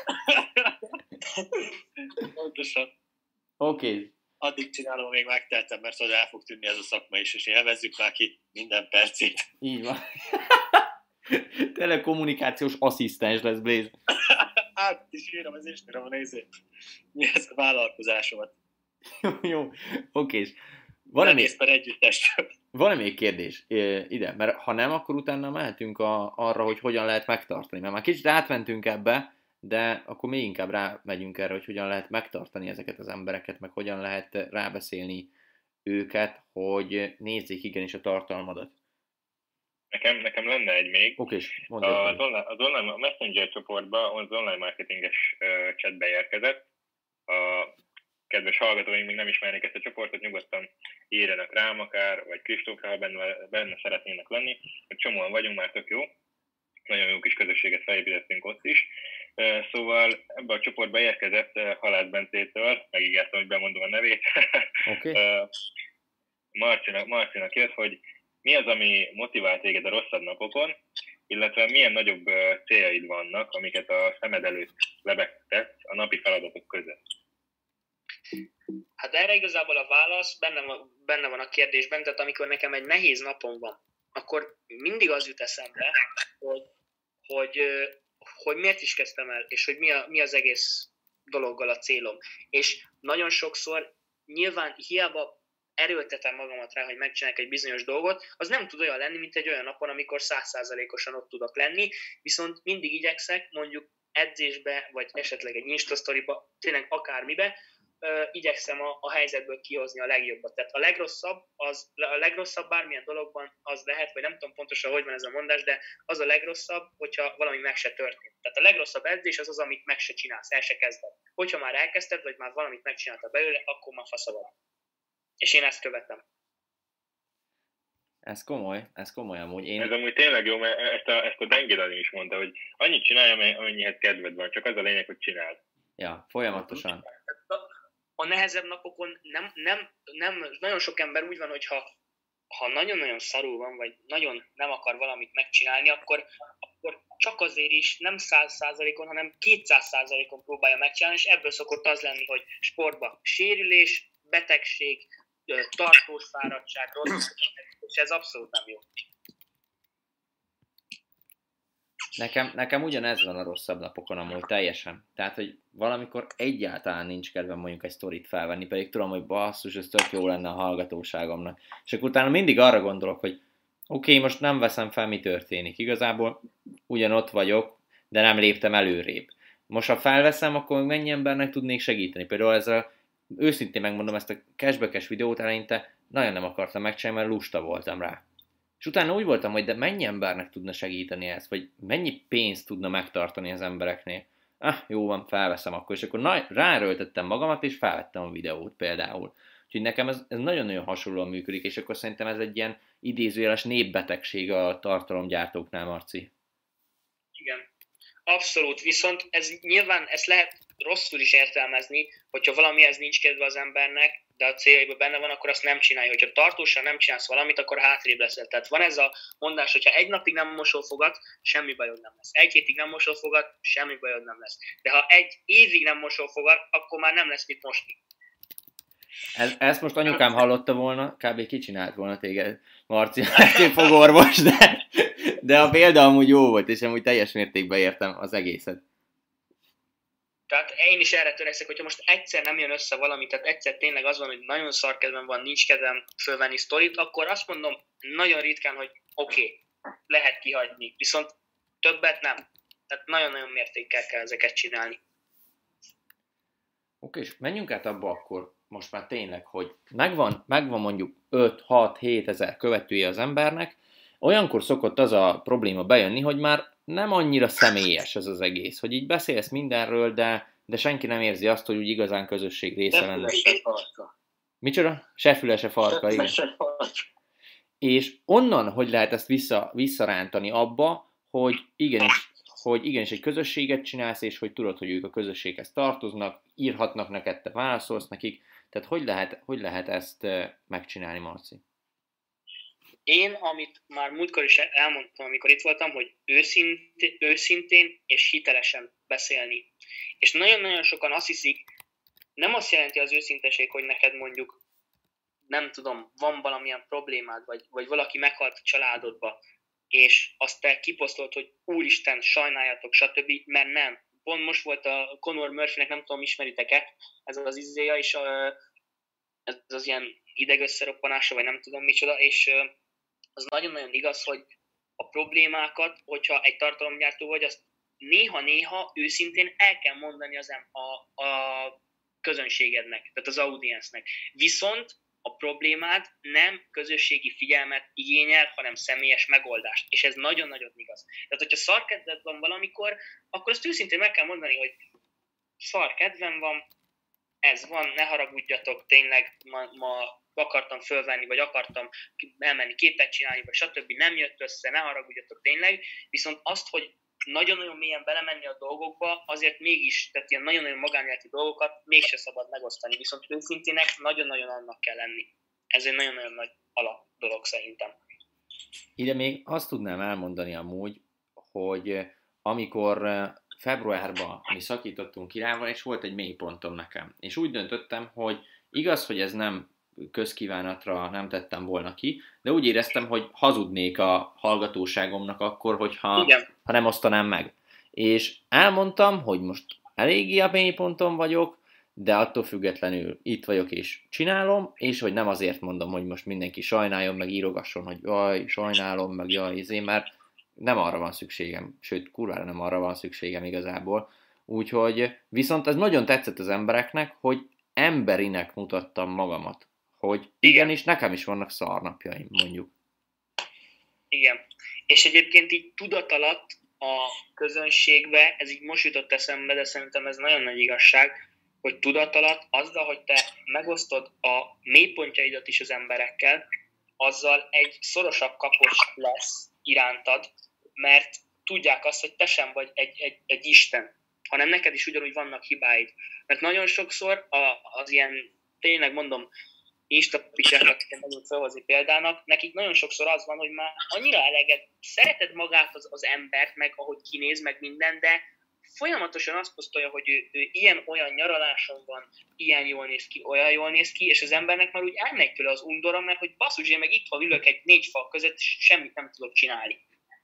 Pontosan. Oké. Addig csinálom, még megteltem, mert az el fog tűnni ez a szakma is, és élvezzük már ki minden percét. Így van. Telekommunikációs asszisztens lesz Blaze. Hát is írom az Instagramon, nézzék. Mi ez a vállalkozásomat. Jó, okés. Van még kérdés ide, mert ha nem, akkor utána mehetünk arra, hogy hogyan lehet megtartani. Mert már kicsit átmentünk ebbe, de akkor még inkább rámegyünk erre, hogy hogyan lehet megtartani ezeket az embereket, meg hogyan lehet rábeszélni őket, hogy nézzék igenis a tartalmadat. Nekem lenne egy még. Okés, az online Messenger csoportba, az online marketinges chatbe érkezett. A kedves hallgatóink még nem ismernék ezt a csoportot, nyugodtan írjanak rám akár, vagy Kristófra, benne szeretnének lenni. Csomóan vagyunk, már tök jó. Nagyon jó kis közösséget felépítettünk ott is. Szóval ebbe a csoportba érkezett Halász Bencétől, megígértem, hogy bemondom a nevét. Okay. Marcinak jött, hogy mi az, ami motivál téged a rosszabb napokon, illetve milyen nagyobb céljaid vannak, amiket a szemed előtt lebegtetsz a napi feladatok között. Hát erre igazából a válasz benne van a kérdésben, tehát amikor nekem egy nehéz napom van, akkor mindig az jut eszembe, hogy miért is kezdtem el, és hogy mi az egész dologgal a célom. És nagyon sokszor nyilván hiába erőltetem magamat rá, hogy megcsinálják egy bizonyos dolgot, az nem tud olyan lenni, mint egy olyan napon, amikor 100%-osan ott tudok lenni, viszont mindig igyekszek, mondjuk edzésbe, vagy esetleg egy Insta-sztoriba, tényleg akármibe, igyekszem a helyzetből kihozni a legjobbat. Tehát a legrosszabb bármilyen dologban az lehet, vagy nem tudom pontosan, hogy van ez a mondás, de az a legrosszabb, hogyha valami meg se történt. Tehát a legrosszabb edzés az, amit meg se csinálsz, el se kezded. Hogyha már elkezdted, vagy már valamit megcsináltad belőle, akkor már fasza van. És én ezt követem. Ez komoly amúgy. Ez amúgy tényleg jó, mert ezt a Dengilani is mondta, hogy annyit csinálja, amennyihez kedved van, csak az a lényeg, hogy csináld. Ja, folyamatosan. A nehezebb napokon nem nagyon sok ember úgy van, hogy ha nagyon-nagyon szarul van, vagy nagyon nem akar valamit megcsinálni, akkor csak azért is nem 100%-on, hanem 200%-on próbálja megcsinálni, és ebből szokott az lenni, hogy sportban sérülés, betegség, tartós fáradtság, rossz, és ez abszolút nem jó. Nekem ugyanez van a rosszabb napokon amúgy teljesen. Tehát, hogy valamikor egyáltalán nincs kedvem mondjuk egy sztorit felvenni, pedig tudom, hogy basszus, ez tök jó lenne a hallgatóságomnak. És akkor utána mindig arra gondolok, hogy oké, most nem veszem fel, mi történik. Igazából ugyanott vagyok, de nem léptem előrébb. Most ha felveszem, akkor mennyi embernek tudnék segíteni? Például ezzel őszintén megmondom, ezt a cashback-es videót eleinte nagyon nem akartam megcsinálni, mert lusta voltam rá. És utána úgy voltam, hogy de mennyi embernek tudna segíteni ezt, vagy mennyi pénzt tudna megtartani az embereknél. Jó van, felveszem akkor. És akkor ráerőltettem magamat, és felvettem a videót például. Úgyhogy nekem ez nagyon-nagyon hasonlóan működik, és akkor szerintem ez egy ilyen idézőjeles népbetegség a tartalomgyártóknál, Marci. Igen. Abszolút, viszont nyilván ezt lehet rosszul is értelmezni, hogyha valamihez nincs kedve az embernek, de a céljaiban benne van, akkor azt nem csinálja. Hogyha tartósan nem csinálsz valamit, akkor hátrébb leszel. Tehát van ez a mondás, hogyha egy napig nem mosol fogad, semmi bajod nem lesz. Egy hétig nem mosol fogad, semmi bajod nem lesz. De ha egy évig nem mosol fogad, akkor már nem lesz mit mosni. Ezt most anyukám hallotta volna, kb. Kicsinált volna téged, Marci, fogorvos, de a példa amúgy jó volt, és amúgy teljes mértékben értem az egészet. Tehát én is erre törekszek, hogyha most egyszer nem jön össze valami, tehát egyszer tényleg az van, hogy nagyon szar kedvem van, nincs kedvem fölvenni sztorit, akkor azt mondom nagyon ritkán, hogy oké, lehet kihagyni, viszont többet nem. Tehát nagyon-nagyon mértékkel kell ezeket csinálni. Oké, és menjünk át abba akkor most már tényleg, hogy megvan mondjuk 5-6-7 ezer követője az embernek, olyankor szokott az a probléma bejönni, hogy már nem annyira személyes ez az egész, hogy így beszélsz mindenről, de senki nem érzi azt, hogy úgy igazán közösség része lenne. Micsoda? Se füle, se farka, igen. És onnan, hogy lehet ezt visszarántani abba, hogy igenis egy közösséget csinálsz, és hogy tudod, hogy ők a közösséghez tartoznak, írhatnak neked, te válaszolsz nekik. Tehát hogy lehet ezt megcsinálni, Marci? Én, amit már múltkor is elmondtam, amikor itt voltam, hogy őszintén és hitelesen beszélni. És nagyon-nagyon sokan azt hiszik, nem azt jelenti az őszinteség, hogy neked mondjuk, nem tudom, van valamilyen problémád, vagy valaki meghalt a családodba, és azt te kiposztolt, hogy úristen, sajnáljatok, stb., mert nem. Pont most volt a Conor Murphynek, nem tudom, ismeritek-e, ez az izéja, és ez az ilyen idegösszeroppanása, vagy nem tudom micsoda, és az nagyon-nagyon igaz, hogy a problémákat, hogyha egy tartalomgyártó vagy, azt néha-néha őszintén el kell mondani a közönségednek, tehát az audiensnek. Viszont a problémád nem közösségi figyelmet igényel, hanem személyes megoldást. És ez nagyon-nagyon igaz. Tehát, hogyha szarkedved van valamikor, akkor azt őszintén meg kell mondani, hogy szarkedvem van, ez van, ne haragudjatok, tényleg ma akartam fölvenni, vagy akartam elmenni képet csinálni, vagy stb. Nem jött össze, ne haragudjatok tényleg. Viszont azt, hogy nagyon-nagyon mélyen belemenni a dolgokba, azért mégis, tehát ilyen nagyon-nagyon magánéleti dolgokat mégse szabad megosztani. Viszont őszintének nagyon-nagyon annak kell lenni. Ez egy nagyon-nagyon nagy alap dolog szerintem. Ide még azt tudnám elmondani amúgy, hogy amikor februárban mi szakítottunk Kirával, és volt egy mélypontom nekem. És úgy döntöttem, hogy igaz, hogy ez nem közkívánatra nem tettem volna ki, de úgy éreztem, hogy hazudnék a hallgatóságomnak akkor, hogyha nem osztanám meg. És elmondtam, hogy most eléggé a mélyponton vagyok, de attól függetlenül itt vagyok és csinálom, és hogy nem azért mondom, hogy most mindenki sajnáljon, meg írogasson, hogy jaj, sajnálom, meg jaj, mert nem arra van szükségem, sőt, kurvára nem arra van szükségem igazából. Úgyhogy viszont ez nagyon tetszett az embereknek, hogy emberinek mutattam magamat. Hogy igenis, nekem is vannak szarnapjaim, mondjuk. Igen. És egyébként így tudatalatt a közönségbe, ez így most jutott eszembe, de szerintem ez nagyon nagy igazság, hogy tudatalat azzal, hogy te megosztod a mélypontjaidat is az emberekkel, azzal egy szorosabb kapocs lesz irántad, mert tudják azt, hogy te sem vagy egy Isten, hanem neked is ugyanúgy vannak hibáid. Mert nagyon sokszor az ilyen, tényleg mondom, instapicseket nagyon felhozni példának, nekik nagyon sokszor az van, hogy már annyira eleged, szereted magát az embert, meg ahogy kinéz, meg minden, de folyamatosan azt posztolja, hogy ő ilyen-olyan nyaraláson van, ilyen jól néz ki, olyan jól néz ki, és az embernek már úgy elmegy tőle az undora, mert hogy basszus, én meg itt ülök egy 4 fal között, és semmit nem tudok csinálni.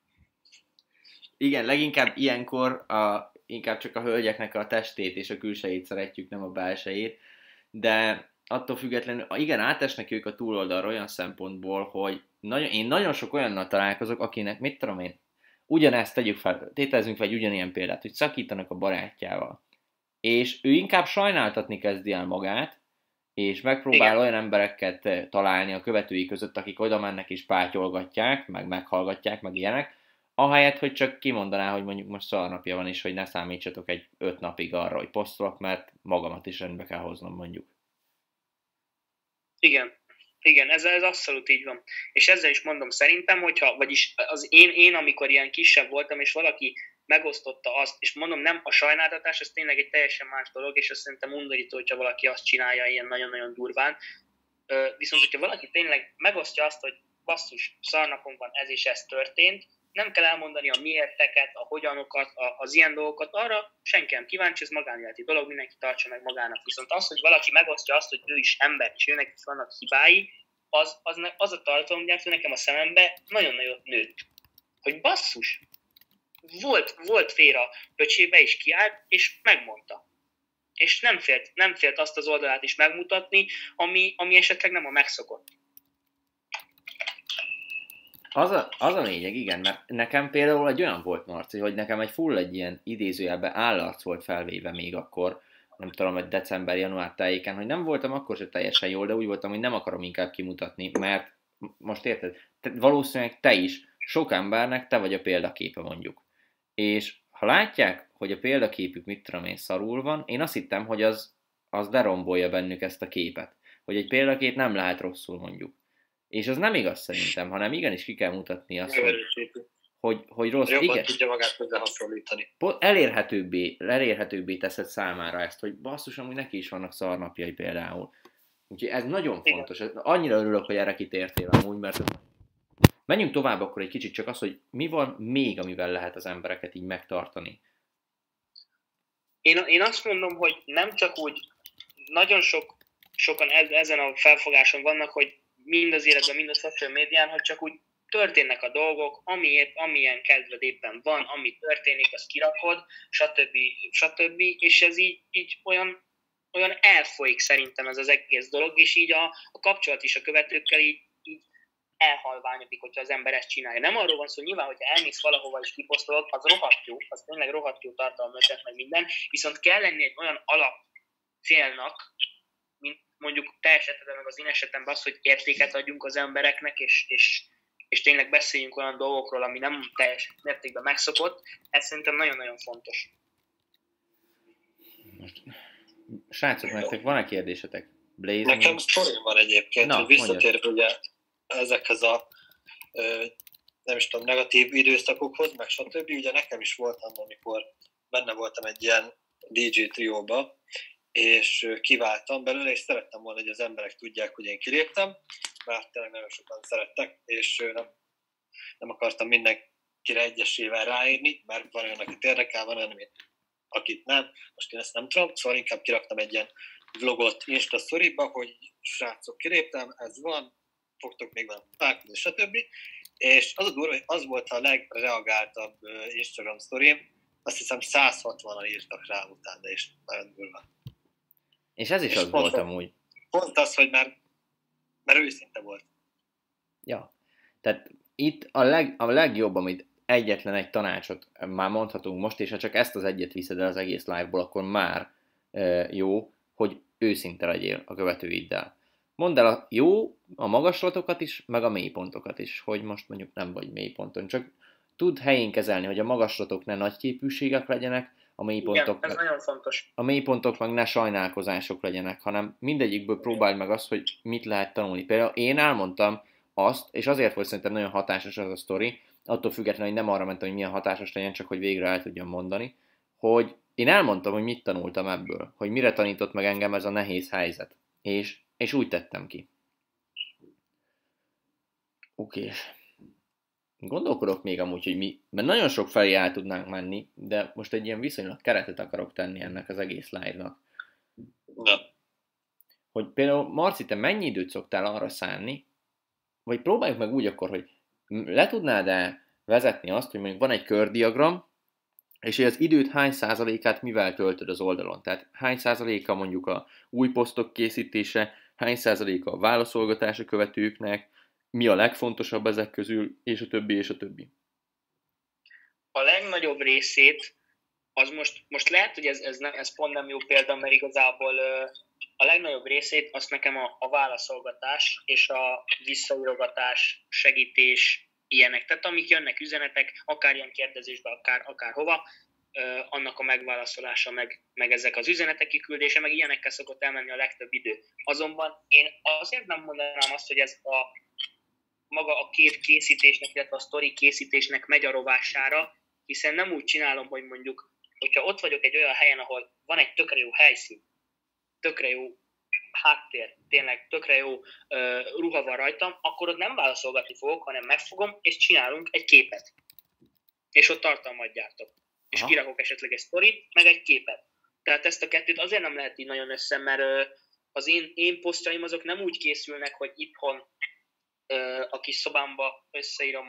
Igen, leginkább ilyenkor inkább csak a hölgyeknek a testét és a külsejét szeretjük, nem a belsejét, de attól függetlenül, igen, átesnek ők a túloldalra olyan szempontból, hogy én nagyon sok olyannal találkozok, akinek, mit tudom én, ugyanezt tegyük fel, tételezzünk fel egy ugyanilyen példát, hogy szakítanak a barátjával. És ő inkább sajnáltatni kezdi el magát, és megpróbál igen. Olyan embereket találni a követői között, akik oda mennek és pátyolgatják, meg meghallgatják, meg ilyenek, ahelyett, hogy csak kimondaná, hogy mondjuk most szarnapja van, és hogy ne számítsatok egy 5 napig arra, hogy posztolok, mert magamat is rendbe kell hoznom, mondjuk. Igen, ez abszolút így van. És ezzel is mondom, szerintem, vagyis az én amikor ilyen kisebb voltam, és valaki megosztotta azt, és mondom, nem a sajnáltatás, ez tényleg egy teljesen más dolog, és azt szerintem undorító, hogyha valaki azt csinálja ilyen nagyon-nagyon durván. Viszont, hogyha valaki tényleg megosztja azt, hogy basszus, szarnapon van ez és ez történt, nem kell elmondani a miérteket, a hogyanokat, az ilyen dolgokat, arra senki nem kíváncsi, ez magánéleti dolog, mindenki tartsa meg magának. Viszont az, hogy valaki megosztja azt, hogy ő is ember, és őnek is vannak hibái, az a tartalomgyártó nekem a szemembe nagyon-nagyon nőtt. Hogy basszus, volt fér a pöcsébe, és kiállt, és megmondta. És nem félt azt az oldalát is megmutatni, ami esetleg nem a megszokott. Az a lényeg, igen, mert nekem például egy olyan volt, Marci, hogy nekem egy ilyen idézőjelben állarc volt felvéve még akkor, nem tudom, hogy december-január tájéken, hogy nem voltam akkor se teljesen jól, de úgy voltam, hogy nem akarom inkább kimutatni, mert most érted, valószínűleg te is, sok embernek te vagy a példaképe mondjuk. És ha látják, hogy a példaképük mit tudom én szarul van, én azt hittem, hogy az lerombolja bennük ezt a képet. Hogy egy példakép nem lehet rosszul mondjuk. És az nem igaz szerintem, hanem igenis ki kell mutatni azt, hogy rossz. Jobban igen. tudja magát hozzá hasonlítani. Elérhetőbbé teszed számára ezt, hogy basszus, amúgy neki is vannak szarnapjai például. Úgyhogy ez nagyon fontos. Annyira örülök, hogy erre kitértél amúgy, mert menjünk tovább akkor egy kicsit, csak az, hogy mi van még, amivel lehet az embereket így megtartani. Én azt mondom, hogy nem csak úgy, nagyon sokan ezen a felfogáson vannak, hogy mind az életben, mind a social médián, hogy csak úgy történnek a dolgok, amilyen kedved éppen van, ami történik, azt kirakod, stb. És ez így olyan olyan elfolyik szerintem ez az egész dolog, és így a kapcsolat is a követőkkel így elhalványodik, hogyha az ember ezt csinálja. Nem arról van szó, nyilván, hogyha elmész valahova és kiposztolod, az rohadt jó, az tényleg rohadt jó tartalmazás, meg minden, viszont kell lenni egy olyan alap célnak, mint mondjuk te esetedben, meg az én esetemben az, hogy értéket adjunk az embereknek, és tényleg beszéljünk olyan dolgokról, ami nem teljes mértékben megszokott, ez szerintem nagyon-nagyon fontos. Most, srácok, nektek van-e kérdésetek? Blaze? Nekem sztorim van egyébként, hogy visszatérve ugye ezekhez a nem is tudom, negatív időszakokhoz, meg stb. Ugye nekem is volt annak, amikor benne voltam egy ilyen DJ trióba, és kiváltam belőle, és szerettem volna, hogy az emberek tudják, hogy én kiléptem, mert tényleg nagyon sokan szerettek, és nem akartam mindenkire egyesével ráírni, mert van olyan, akit érdekel, van olyan, akit nem. Most én ezt nem tudom, szóval inkább kiraktam egy ilyen vlogot Insta storyba, hogy srácok, kiléptem, ez van, fogtok még velem találkozni, stb. És az a durva, hogy az volt a legreagáltabb Instagram sztorim, azt hiszem 160-an írtak rá utána, és nagyon durva. És ez is és az volt amúgy. Pont az, hogy mert őszinte volt. Ja, tehát itt a legjobb, amit egyetlen egy tanácsot már mondhatunk most, és ha csak ezt az egyet viszed el az egész live-ból, akkor már jó, hogy őszinte legyél a követőiddel. Mondd el a magaslatokat is, meg a mélypontokat is, hogy most mondjuk nem vagy mélyponton, csak tud helyén kezelni, hogy a magaslatok ne nagy képűségek legyenek, a mélypontok, igen, ez nagyon fontos. A mélypontok meg ne sajnálkozások legyenek, hanem mindegyikből próbáld meg azt, hogy mit lehet tanulni. Például én elmondtam azt, és azért volt szerintem nagyon hatásos az a sztori, attól függetlenül, hogy nem arra mentem, hogy milyen hatásos legyen, csak hogy végre el tudjam mondani, hogy én elmondtam, hogy mit tanultam ebből, hogy mire tanított meg engem ez a nehéz helyzet. És úgy tettem ki. Oké. Gondolkodok még amúgy, hogy mert nagyon sok felé el tudnánk menni, de most egy ilyen viszonylag keretet akarok tenni ennek az egész live-nak. Ja. Hogy például, Marci, te mennyi időt szoktál arra szánni, vagy próbáljuk meg úgy akkor, hogy le tudnád-e vezetni azt, hogy mondjuk van egy kördiagram, és hogy az időt hány százalékát mivel töltöd az oldalon. Tehát hány százaléka mondjuk a új posztok készítése, hány százaléka a válaszolgatás a követőknek, mi a legfontosabb ezek közül, és a többi, és a többi. A legnagyobb részét, az most lehet, hogy ez pont nem jó példa, mert igazából a legnagyobb részét azt nekem a válaszolgatás és a visszaírogatás, segítés, ilyenek. Tehát amik jönnek üzenetek, akár ilyen kérdezésbe, akár hova, annak a megválaszolása, meg ezek az üzenetek kiküldése, meg ilyenekkel szokott elmenni a legtöbb idő. Azonban én azért nem mondanám azt, hogy ez maga a kép készítésnek, illetve a sztori készítésnek megy a rovására, hiszen nem úgy csinálom, hogy mondjuk, hogyha ott vagyok egy olyan helyen, ahol van egy tökre jó helyszín, tökre jó háttér, tényleg tökre jó ruha van rajtam, akkor ott nem válaszolgatni fogok, hanem megfogom, és csinálunk egy képet. És ott tartalmat gyártok. És kirakok esetleg egy sztorit, meg egy képet. Tehát ezt a kettőt azért nem lehet így nagyon össze, mert az én posztjaim azok nem úgy készülnek, hogy itthon a kis szobámba összeírom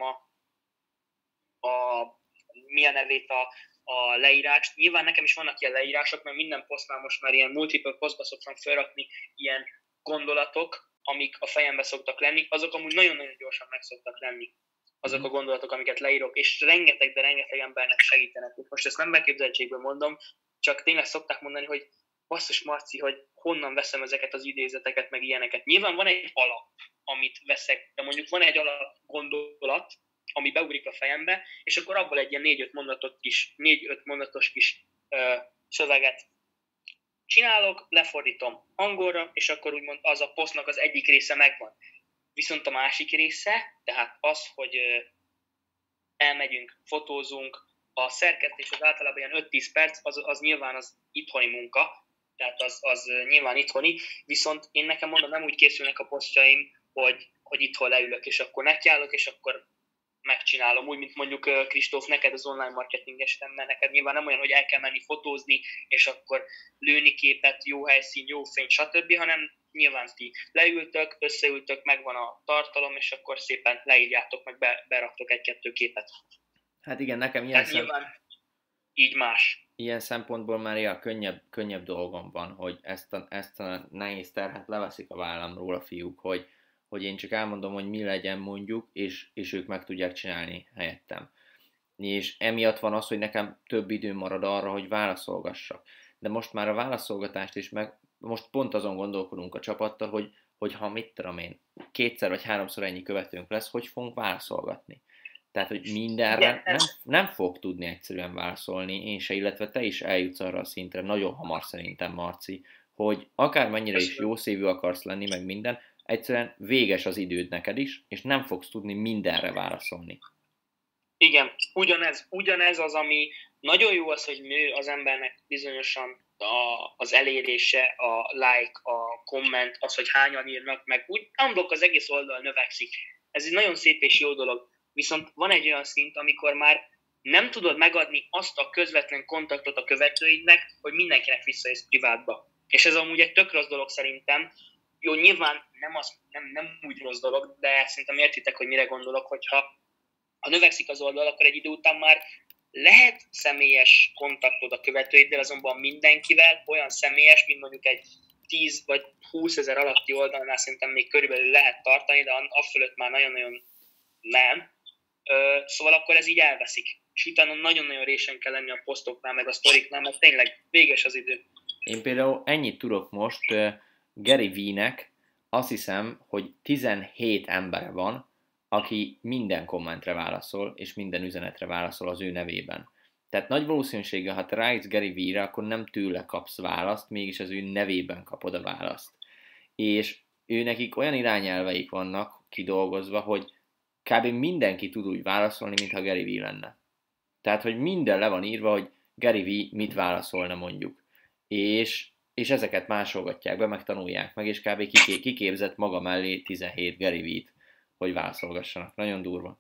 mi a nevét a leírást. Nyilván nekem is vannak ilyen leírások, mert minden posztnál most már ilyen multiple posztba szoktam felrakni ilyen gondolatok, amik a fejembe szoktak lenni, azok amúgy nagyon-nagyon gyorsan meg szoktak lenni. Azok a gondolatok, amiket leírok, és rengeteg embernek segítenek. Most ezt nem beképzeltségből mondom, csak tényleg szokták mondani, hogy basszus Marci, hogy honnan veszem ezeket az idézeteket, meg ilyeneket. Nyilván van egy alap, amit veszek, de mondjuk van egy alap gondolat, ami beugrik a fejembe, és akkor abból egy ilyen 4-5 mondatos kis szöveget csinálok, lefordítom angolra, és akkor úgymond az a posztnak az egyik része megvan. Viszont a másik része, tehát az, hogy elmegyünk, fotózunk, a szerkesztés az általában ilyen 5-10 perc, az nyilván az itthoni munka, tehát az nyilván itthoni, viszont én nekem mondom, nem úgy készülnek a posztjaim, hogy itthon leülök, és akkor nekiállok, és akkor megcsinálom. Úgy, mint mondjuk Kristóf, neked az online marketinges, mert neked nyilván nem olyan, hogy el kell menni fotózni, és akkor lőni képet, jó helyszín, jó fény, stb., hanem nyilván ti leültök, összeültök, megvan a tartalom, és akkor szépen leírjátok, meg beraktok 1-2 képet. Hát igen, nekem ilyen így más. Ilyen szempontból már könnyebb dolgom van, hogy ezt a nehéz terhet leveszik a vállamról a fiúk, hogy én csak elmondom, hogy mi legyen mondjuk, és ők meg tudják csinálni helyettem. És emiatt van az, hogy nekem több időm marad arra, hogy válaszolgassak. De most már a válaszolgatást is most pont azon gondolkodunk a csapattal, hogy ha mit tudom én, 2 vagy 3 ennyi követőnk lesz, hogy fogunk válaszolgatni. Tehát, hogy mindenre nem fog tudni egyszerűen válaszolni, én se, illetve te is eljutsz arra a szintre, nagyon hamar szerintem, Marci, hogy akármennyire is jó szívű akarsz lenni, meg minden, egyszerűen véges az időd neked is, és nem fogsz tudni mindenre válaszolni. Igen, ugyanez az, ami nagyon jó az, hogy nő az embernek bizonyosan az elérése, a like, a komment, az, hogy hányan írnak, meg úgy unblock az egész oldal növekszik. Ez egy nagyon szép és jó dolog. Viszont van egy olyan szint, amikor már nem tudod megadni azt a közvetlen kontaktot a követőidnek, hogy mindenkinek visszajössz privátba. És ez amúgy egy tök rossz dolog szerintem. Jó, nyilván nem úgy rossz dolog, de szerintem értitek, hogy mire gondolok, hogyha növekszik az oldal, akkor egy idő után már lehet személyes kontaktod a követőiddel, azonban mindenkivel olyan személyes, mint mondjuk egy 10 vagy 20 ezer alatti oldalnál szerintem még körülbelül lehet tartani, de afölött már nagyon-nagyon nem. Szóval akkor ez így elveszik. És utána nagyon-nagyon résen kell lenni a posztoknál, meg a sztoriknál, mert tényleg véges az idő. Én például ennyit tudok most Gary V-nek, azt hiszem, hogy 17 embere van, aki minden kommentre válaszol, és minden üzenetre válaszol az ő nevében. Tehát nagy valószínűséggel, ha te rájössz Gary V-re, akkor nem tőle kapsz választ, mégis az ő nevében kapod a választ. És ő nekik olyan irányelveik vannak kidolgozva, hogy kb. Mindenki tud úgy válaszolni, mintha Gary V lenne. Tehát, hogy minden le van írva, hogy Gary V mit válaszolna mondjuk. És ezeket másolgatják be, meg tanulják meg, és kb. Kiképzett maga mellé 17 Gary V-t, hogy válaszolgassanak. Nagyon durva.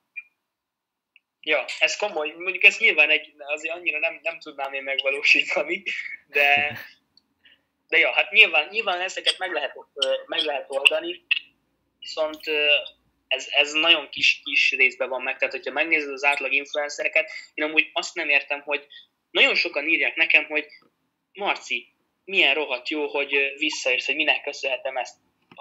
Ja, ez komoly. Mondjuk ez nyilván azért annyira nem tudnám én megvalósítani, de ja, hát nyilván ezeket meg lehet oldani, viszont ez nagyon kis részben van meg. Tehát, hogyha megnézed az átlag influencereket, én amúgy azt nem értem, hogy nagyon sokan írják nekem, hogy Marci, milyen rohadt jó, hogy visszajössz, hogy minek köszönhetem ezt,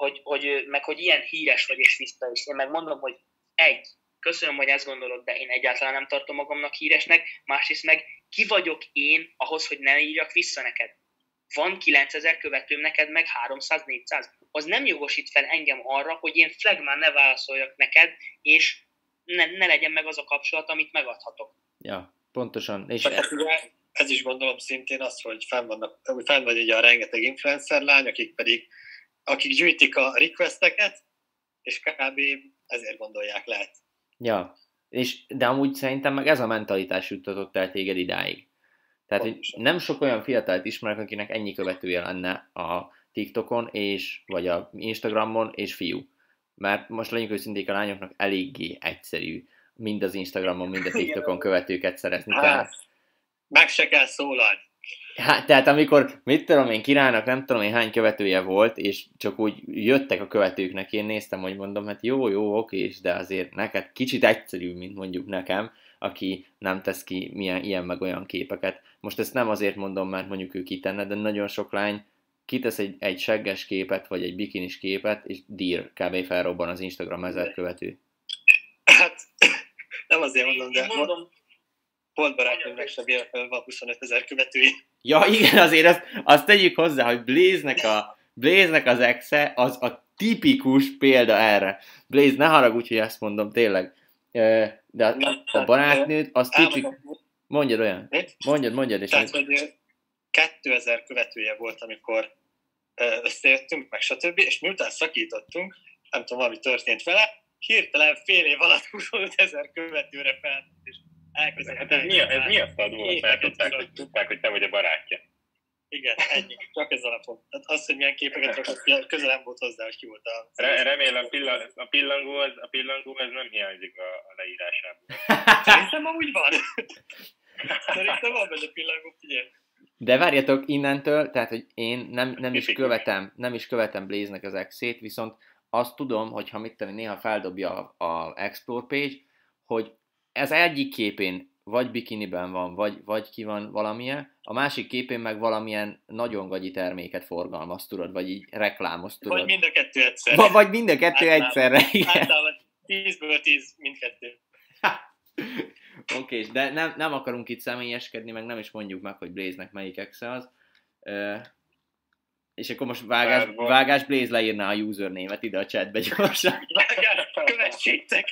hogy ilyen híres vagy és visszajössz. Én megmondom, hogy köszönöm, hogy ezt gondolod, de én egyáltalán nem tartom magamnak híresnek, másrészt meg ki vagyok én ahhoz, hogy ne írjak vissza neked. Van 9000 követőm, neked meg 300-400. Az nem jogosít fel engem arra, hogy én flagmán ne válaszoljak neked, és ne legyen meg az a kapcsolat, amit megadhatok. Ja, pontosan. És ez is gondolom szintén az, hogy fenn van ugye a rengeteg influencer lány, akik gyűjtik a requesteket, és kb. Ezért gondolják lehet. Ja, de amúgy szerintem meg ez a mentalitás juttatott el téged idáig. Tehát, hogy nem sok olyan fiatalt ismerek, akinek ennyi követője lenne a TikTokon, vagy a Instagramon, és fiú. Mert most legyünk őszinték, a lányoknak eléggé egyszerű mind az Instagramon, mind a TikTokon követőket szerezni kell. Meg se kell szólalni. Hát, tehát amikor, mit tudom én, királynak nem tudom én hány követője volt, és csak úgy jöttek a követőknek, én néztem, hogy mondom, hát jó, oké, de azért neked kicsit egyszerű, mint mondjuk nekem, aki nem tesz ki ilyen meg olyan képeket. Most ezt nem azért mondom, mert mondjuk ő kitenne, de nagyon sok lány kitesz egy segges képet, vagy egy bikinis képet, és kb. Felrobban az Instagram 1000 követő. Hát, nem azért mondom, de volt barátnőmnek sem véletlenül van 25 000 követői. Ja, igen, azért azt tegyük hozzá, hogy Blaze-nek az exe az a tipikus példa erre. Blaze, ne haragudj, hogy ezt mondom, tényleg. De a barátnőd, az tipik... Mondjad olyan. Mondjad. És tehát, hogy 2000 követője volt, amikor összejöttünk, meg stb. És miután szakítottunk, nem tudom, valami történt vele, hirtelen fél év alatt 25 000 követőre felt, és elkezdett. Hát ez miatt volt, mert tudták, hogy te vagy a barátja. Igen, ennyi. Csak ez alapon. Tehát az, hogy milyen képeket rakott, közel nem volt hozzá, hogy ki volt a... Remélem a pillangó az nem hiányzik a leírásából. Szerintem amúgy van. Szerintem van benne pillangó, figyelj. De várjatok innentől, tehát, hogy én nem is követem Blaze-nek az exét, viszont azt tudom, hogy ha néha feldobja a Explore page, hogy ez egyik képén vagy bikiniben van, vagy ki van valamilyen, a másik képén meg valamilyen nagyon gagyi terméket forgalmaz, tudod, vagy így reklámoz, tudod. Vagy mind a kettő egyszerre. Vagy mind a kettő egyszerre, igen. Általában 10-ből 10 mindkettő. Oké, de nem akarunk itt személyeskedni, meg nem is mondjuk meg, hogy Blaze-nek melyik exe az. És akkor most vágás Blaze leírná a username-et ide a chatbe gyorsan. Vágás, kövessétek!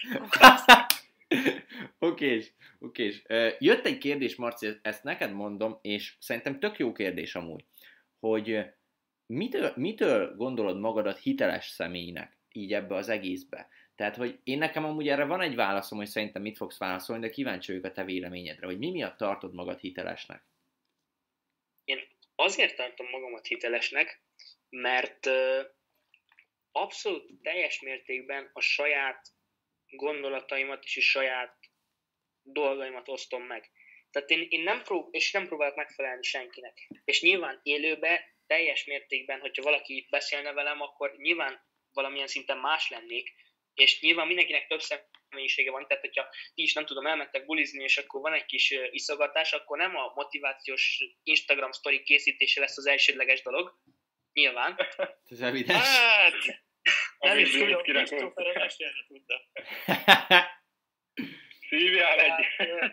Okés. Jött egy kérdés, Marci, ezt neked mondom, és szerintem tök jó kérdés amúgy, hogy mitől gondolod magadat hiteles személynek így ebbe az egészbe? Tehát, hogy én nekem amúgy erre van egy válaszom, hogy szerintem mit fogsz válaszolni, de kíváncsi vagyok a te véleményedre, hogy mi miatt tartod magad hitelesnek? Én azért tartom magamat hitelesnek, mert abszolút teljes mértékben a saját gondolataimat és a saját dolgaimat osztom meg. Tehát én nem próbálok megfelelni senkinek. És nyilván élőben teljes mértékben, hogyha valaki beszélne velem, akkor nyilván valamilyen szinten más lennék, és nyilván mindenkinek több személyisége van, tehát hogyha ti is nem tudom, elmentek bulizni, és akkor van egy kis iszogatás, akkor nem a motivációs Instagram sztori készítése lesz az elsődleges dolog, nyilván. Ez evidens. Hát, nem is tudom, Kristófer mesélni tudta. Szívjál egy!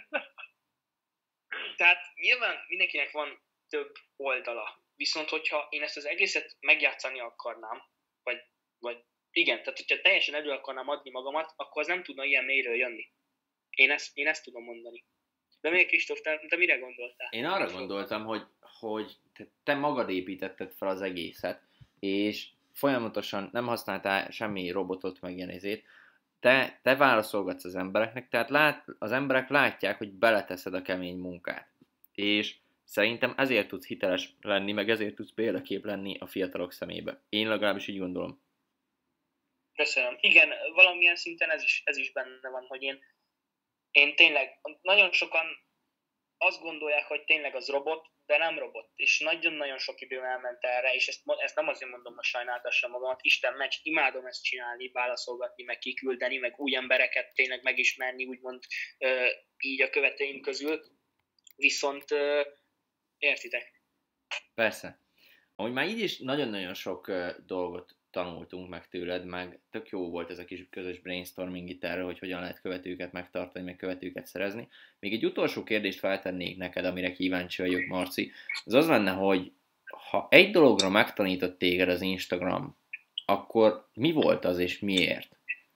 Tehát nyilván mindenkinek van több oldala, viszont hogyha én ezt az egészet megjátszani akarnám, vagy igen, tehát hogyha teljesen elő akarnám adni magamat, akkor az nem tudna ilyen mélyről jönni. Én ezt tudom mondani. De még Kristóf, te mire gondoltál? Én arra gondoltam, hogy te magad építetted fel az egészet, és folyamatosan nem használtál semmi robotot, meg ilyen ezért. Te válaszolgatsz az embereknek, tehát az emberek látják, hogy beleteszed a kemény munkát. És szerintem ezért tudsz hiteles lenni, meg ezért tudsz példakép lenni a fiatalok szemébe. Én legalábbis így gondolom. Köszönöm. Igen, valamilyen szinten ez is benne van, hogy én tényleg, nagyon sokan azt gondolják, hogy tényleg az robot, de nem robot. És nagyon-nagyon sok időm elment erre, és ezt nem azért mondom, hogy sajnáltassam magamat, Isten meccs, imádom ezt csinálni, válaszolgatni, meg kiküldeni, meg új embereket tényleg megismerni, úgymond így a követőim közül. Viszont értitek? Persze. Ahogy már így is nagyon-nagyon sok dolgot tanultunk meg tőled, meg tök jó volt ez a kis közös brainstorming itt erről, hogy hogyan lehet követőket megtartani, meg követőket szerezni. Még egy utolsó kérdést feltennék neked, amire kíváncsi vagyok, Marci. Az lenne, hogy ha egy dologra megtanított téged az Instagram, akkor mi volt az és miért?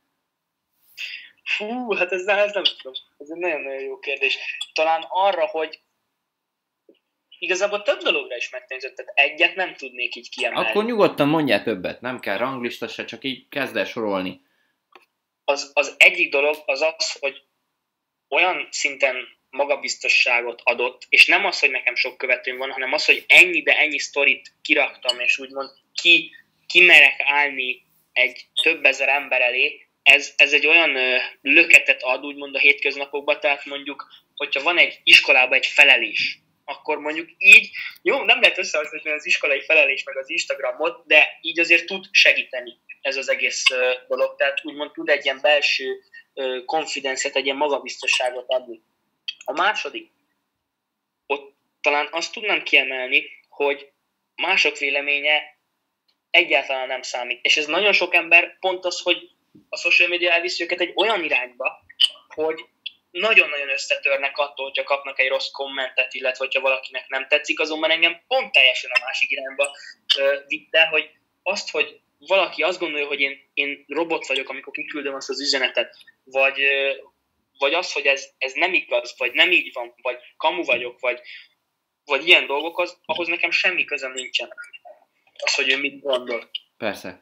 Fú, hát ez nem tudom. Ez egy nagyon-nagyon jó kérdés. Talán arra, hogy igazából több dologra is megtanított, tehát egyet nem tudnék így kiemelni. Akkor nyugodtan mondjál többet, nem kell ranglista se, csak így kezd el sorolni. Az egyik dolog az, hogy olyan szinten magabiztosságot adott, és nem az, hogy nekem sok követőm van, hanem az, hogy ennyi sztorit kiraktam, és úgymond kimerek állni egy több ezer ember elé, ez egy olyan löketet ad, úgymond a hétköznapokban, tehát mondjuk, hogyha van egy iskolában egy felelés, akkor mondjuk így, jó, nem lehet összehasonlítani az iskolai felelés meg az Instagramot, de így azért tud segíteni ez az egész dolog, tehát úgymond tud egy ilyen belső konfidenciát, egy ilyen magabiztosságot adni. A második, ott talán azt tudnám kiemelni, hogy mások véleménye egyáltalán nem számít. És ez nagyon sok ember pont az, hogy a social media elviszi őket egy olyan irányba, hogy nagyon-nagyon összetörnek attól, hogyha kapnak egy rossz kommentet, illetve hogyha valakinek nem tetszik, azonban engem pont teljesen a másik irányba vitt el, hogy azt, hogy valaki azt gondolja, hogy én robot vagyok, amikor kiküldöm azt az üzenetet, vagy az, hogy ez nem igaz, vagy nem így van, vagy kamu vagyok, vagy ilyen dolgok, ahhoz nekem semmi közöm nincsen. Az, hogy ő mit gondol. Persze.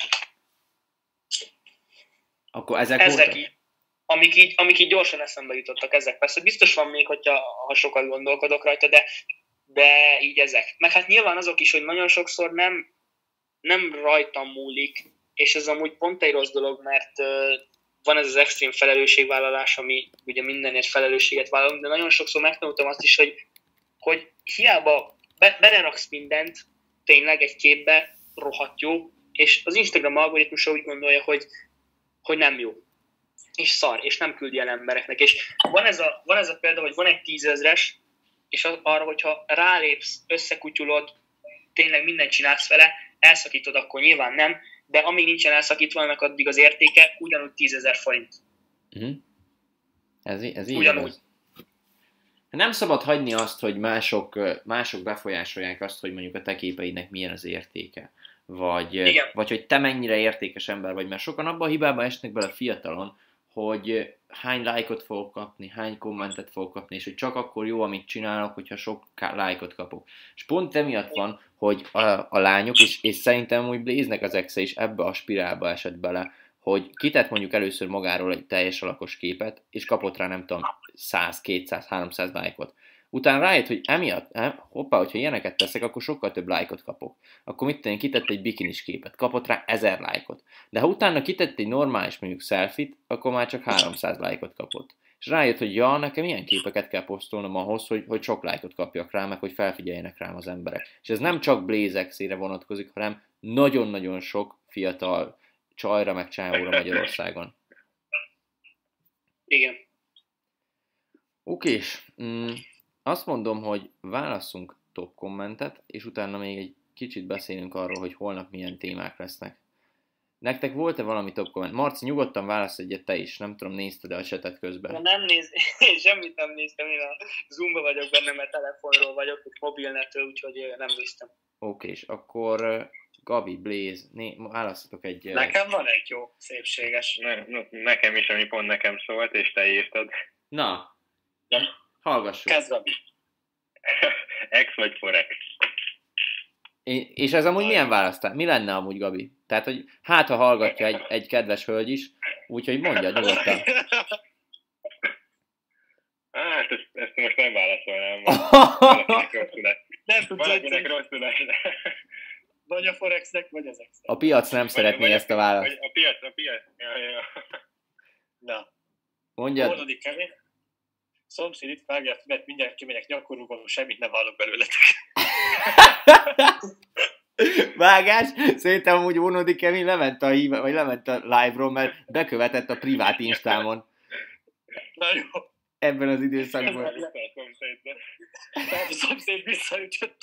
Akkor ezek így, amik így gyorsan eszembe jutottak, ezek. Persze biztos van még, ha sokat gondolkodok rajta, de így ezek. Meg hát nyilván azok is, hogy nagyon sokszor nem rajtam múlik, és ez amúgy pont egy rossz dolog, mert van ez az extrém felelősségvállalás, ami ugye mindenért felelősséget vállalunk, de nagyon sokszor megtanultam azt is, hogy hiába beleraksz mindent tényleg egy képbe, rohadt jó, és az Instagram algoritmusa úgy gondolja, hogy nem jó. és szar, és nem küldi el embereknek. És van ez a példa, hogy van egy 10 000-es, és arra, hogyha rálépsz, összekutyulod, tényleg mindent csinálsz vele, elszakítod, akkor nyilván nem, de amíg nincsen elszakítva, annak addig az értéke ugyanúgy 10 000 forint. Uh-huh. Ez így ugyanúgy. igaz. Nem szabad hagyni azt, hogy mások befolyásolják azt, hogy mondjuk a te képeidnek milyen az értéke. Vagy hogy te mennyire értékes ember vagy, mert sokan abban a hibába esnek bele fiatalon, hogy hány lájkot fogok kapni, hány kommentet fogok kapni, és hogy csak akkor jó, amit csinálok, hogyha sok lájkot kapok. És pont emiatt van, hogy a lányok, és szerintem úgy Blaze-nek az exe is ebbe a spirálba esett bele, hogy kitett mondjuk először magáról egy teljes alakos képet, és kapott rá nem tudom 100, 200, 300 lájkot. Utána rájött, hogy emiatt, hogyha ilyeneket teszek, akkor sokkal több lájkot kapok. Akkor mit tenni, kitett egy bikinis képet, kapott rá 1000 lájkot. De ha utána kitett egy normális mondjuk selfie-t, akkor már csak 300 lájkot kapott. És rájött, hogy nekem ilyen képeket kell posztolnom ahhoz, hogy sok lájkot kapjak rá, meg hogy felfigyeljenek rám az emberek. És ez nem csak Blaze ex-ére vonatkozik, hanem nagyon-nagyon sok fiatal csajra meg csávóra Magyarországon. Igen. Okés. Azt mondom, hogy válasszunk top kommentet, és utána még egy kicsit beszélünk arról, hogy holnap milyen témák lesznek. Nektek volt-e valami top komment? Marci, nyugodtan válasz egyet te is, nem tudom, nézted-e a chatet közben? Nem én semmit nem néztem, én a Zoom-ba vagyok benne, mert telefonról vagyok, vagy mobilnetről, úgyhogy nem néztem. Okés, akkor Gabi, Blaze, választatok egy... Nekem van egy jó, szépséges. Nekem is, ami pont nekem szólt, és te írtad. Na, hallgassuk. Kezd, Gabi. Ex vagy Forex? És ez amúgy milyen választás? Mi lenne amúgy, Gabi? Tehát, hogy ha hallgatja egy kedves hölgy is, úgyhogy mondja nyugodtan. Hát, ezt most nem válaszolnám. Valakinek rosszul lesz. Vagy a Forexnek, vagy az Ex-nek. A piac nem szeretné ezt a választ. A piac. Ja. Na. Mondjad. Oldodik Kevin. Szomszéd itt vágja a füvet, mindjárt kimegyek nyakorúban, semmit nem hallok belőletek. Vágás? Szerintem amúgy Ónodi Kevin lement a live-ról, mert bekövetett a privát instámon. Na jó. Ebben az időszakban. Tehát a szomszéd visszaütött.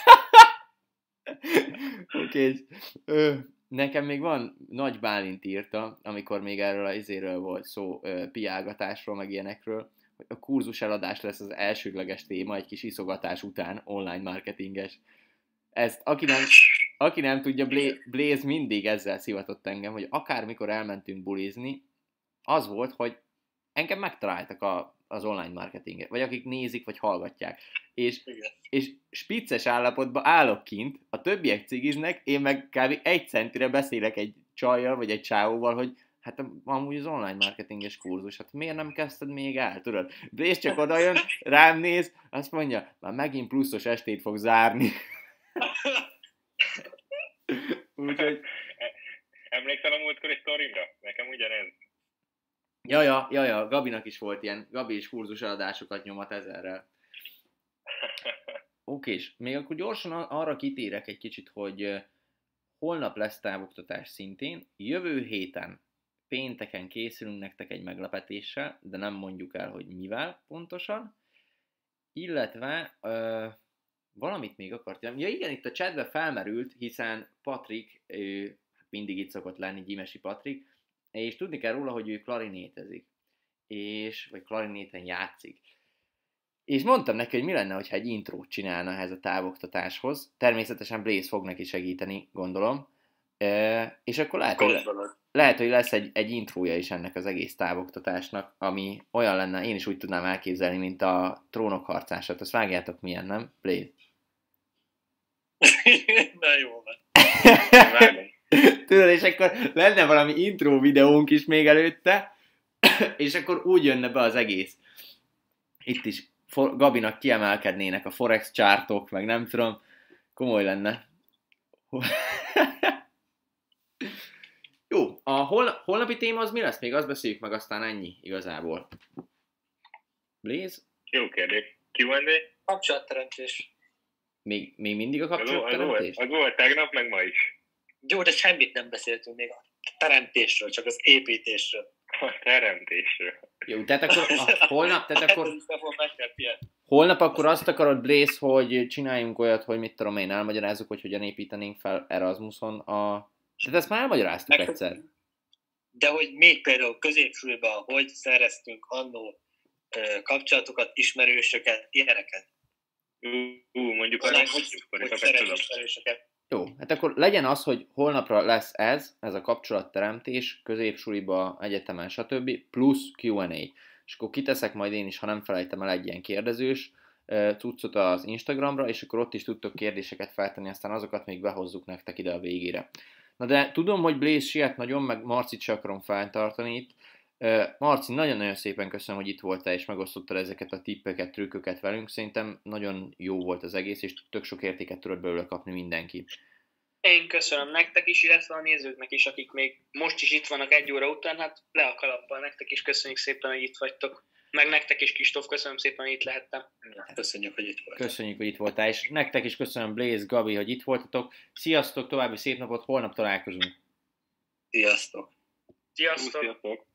Oké. Nekem még van, Nagy Bálint írta, amikor még erről az izéről volt szó, piálgatásról, meg ilyenekről, hogy a kurzus eladás lesz az elsődleges téma egy kis iszogatás után, online marketinges. Ezt, aki nem tudja, Blaze mindig ezzel szivatott engem, hogy akármikor elmentünk bulizni, az volt, hogy engem megtaláltak az online marketinget, vagy akik nézik, vagy hallgatják. És spicces állapotban állok kint, a többiek cigiznek, én meg kb. 1 centire beszélek egy csajjal, vagy egy csávóval, hogy hát amúgy az online marketinges kurzus, hát miért nem kezdted még el, tudod? Blaze csak odajön, rám néz, azt mondja, már megint pluszos estét fog zárni. Úgyhogy... Emlékszel a múltkori sztorimra? Nekem ugyanez. Ja, Gabinak is volt ilyen, Gabi is kurzus eladásokat nyomat 1000-rel. Okés, még akkor gyorsan arra kitérek egy kicsit, hogy holnap lesz távoktatás szintén, jövő héten, pénteken készülünk nektek egy meglepetéssel, de nem mondjuk el, hogy mivel pontosan, illetve valamit még akartam. Ja igen, itt a chatben felmerült, hiszen Patrik, ő mindig itt szokott lenni, Gyimesi Patrik, és tudni kell róla, hogy ő klarinétezik, vagy klarinéten játszik. És mondtam neki, hogy mi lenne, ha egy intrót csinálna ehhez a távoktatáshoz. Természetesen Blaze fog neki segíteni, gondolom. És akkor lehet, hogy lesz egy intrója is ennek az egész távoktatásnak, ami olyan lenne, én is úgy tudnám elképzelni, mint a Trónok harcását. Azt vágjátok milyen, nem? Blaze? Na jó van. Tudod, és akkor lenne valami intro videónk is még előtte, és akkor úgy jönne be az egész. Itt is Gabinak kiemelkednének a Forex csártok, meg nem tudom, komoly lenne. Jó, a holnapi téma az mi lesz? Még azt beszéljük meg, aztán ennyi igazából. Blaze? Jó kérdés. Q&A? Kapcsolatteremtés. Még mindig a kapcsolatteremtés? Az volt tegnap, meg ma is. Jó, de semmit nem beszéltünk még a teremtésről, csak az építésről. A teremtésről. Jó, tehát akkor Hát, holnap akkor azt akarod, Blaze, hogy csináljunk olyat, hogy mit tudom én, elmagyarázzuk, hogy hogyan építenénk fel Erasmuson a... Tehát ezt már elmagyaráztuk egyszer. De hogy még például középsúlyban, hogy szereztünk annó kapcsolatokat, ismerősöket, ilyeneket. Mondjuk arra, hogy szerez ismerősöket. Jó, hát akkor legyen az, hogy holnapra lesz ez a kapcsolatteremtés, középsuliba, egyetemen, stb. Plusz Q&A. És akkor kiteszek majd én is, ha nem felejtem el, egy ilyen kérdezős cuccot az Instagramra, és akkor ott is tudtok kérdéseket feltenni, aztán azokat még behozzuk nektek ide a végére. Na de tudom, hogy Blaze siet nagyon, meg Marcit se akarom feltartani itt. Marci, nagyon-nagyon szépen köszönöm, hogy itt voltál, és megosztottad ezeket a tippeket, trükköket velünk. Szerintem nagyon jó volt az egész, és tök sok értéket tudod belőle kapni mindenki. Én köszönöm nektek is, illetve a nézőknek is, akik még most is itt vannak 1 óra után, hát le a kalappal, nektek is köszönjük szépen, hogy itt vagytok. Meg nektek is, Kristóf, köszönöm szépen, hogy itt lehettem. Köszönjük, hogy itt voltál. Köszönjük, hogy itt voltál, és nektek is köszönöm, Blaze, Gabi, hogy itt voltatok. Sziasztok, további szép napot, holnap találkozunk. Sziasztok! Sziasztok! Sziasztok!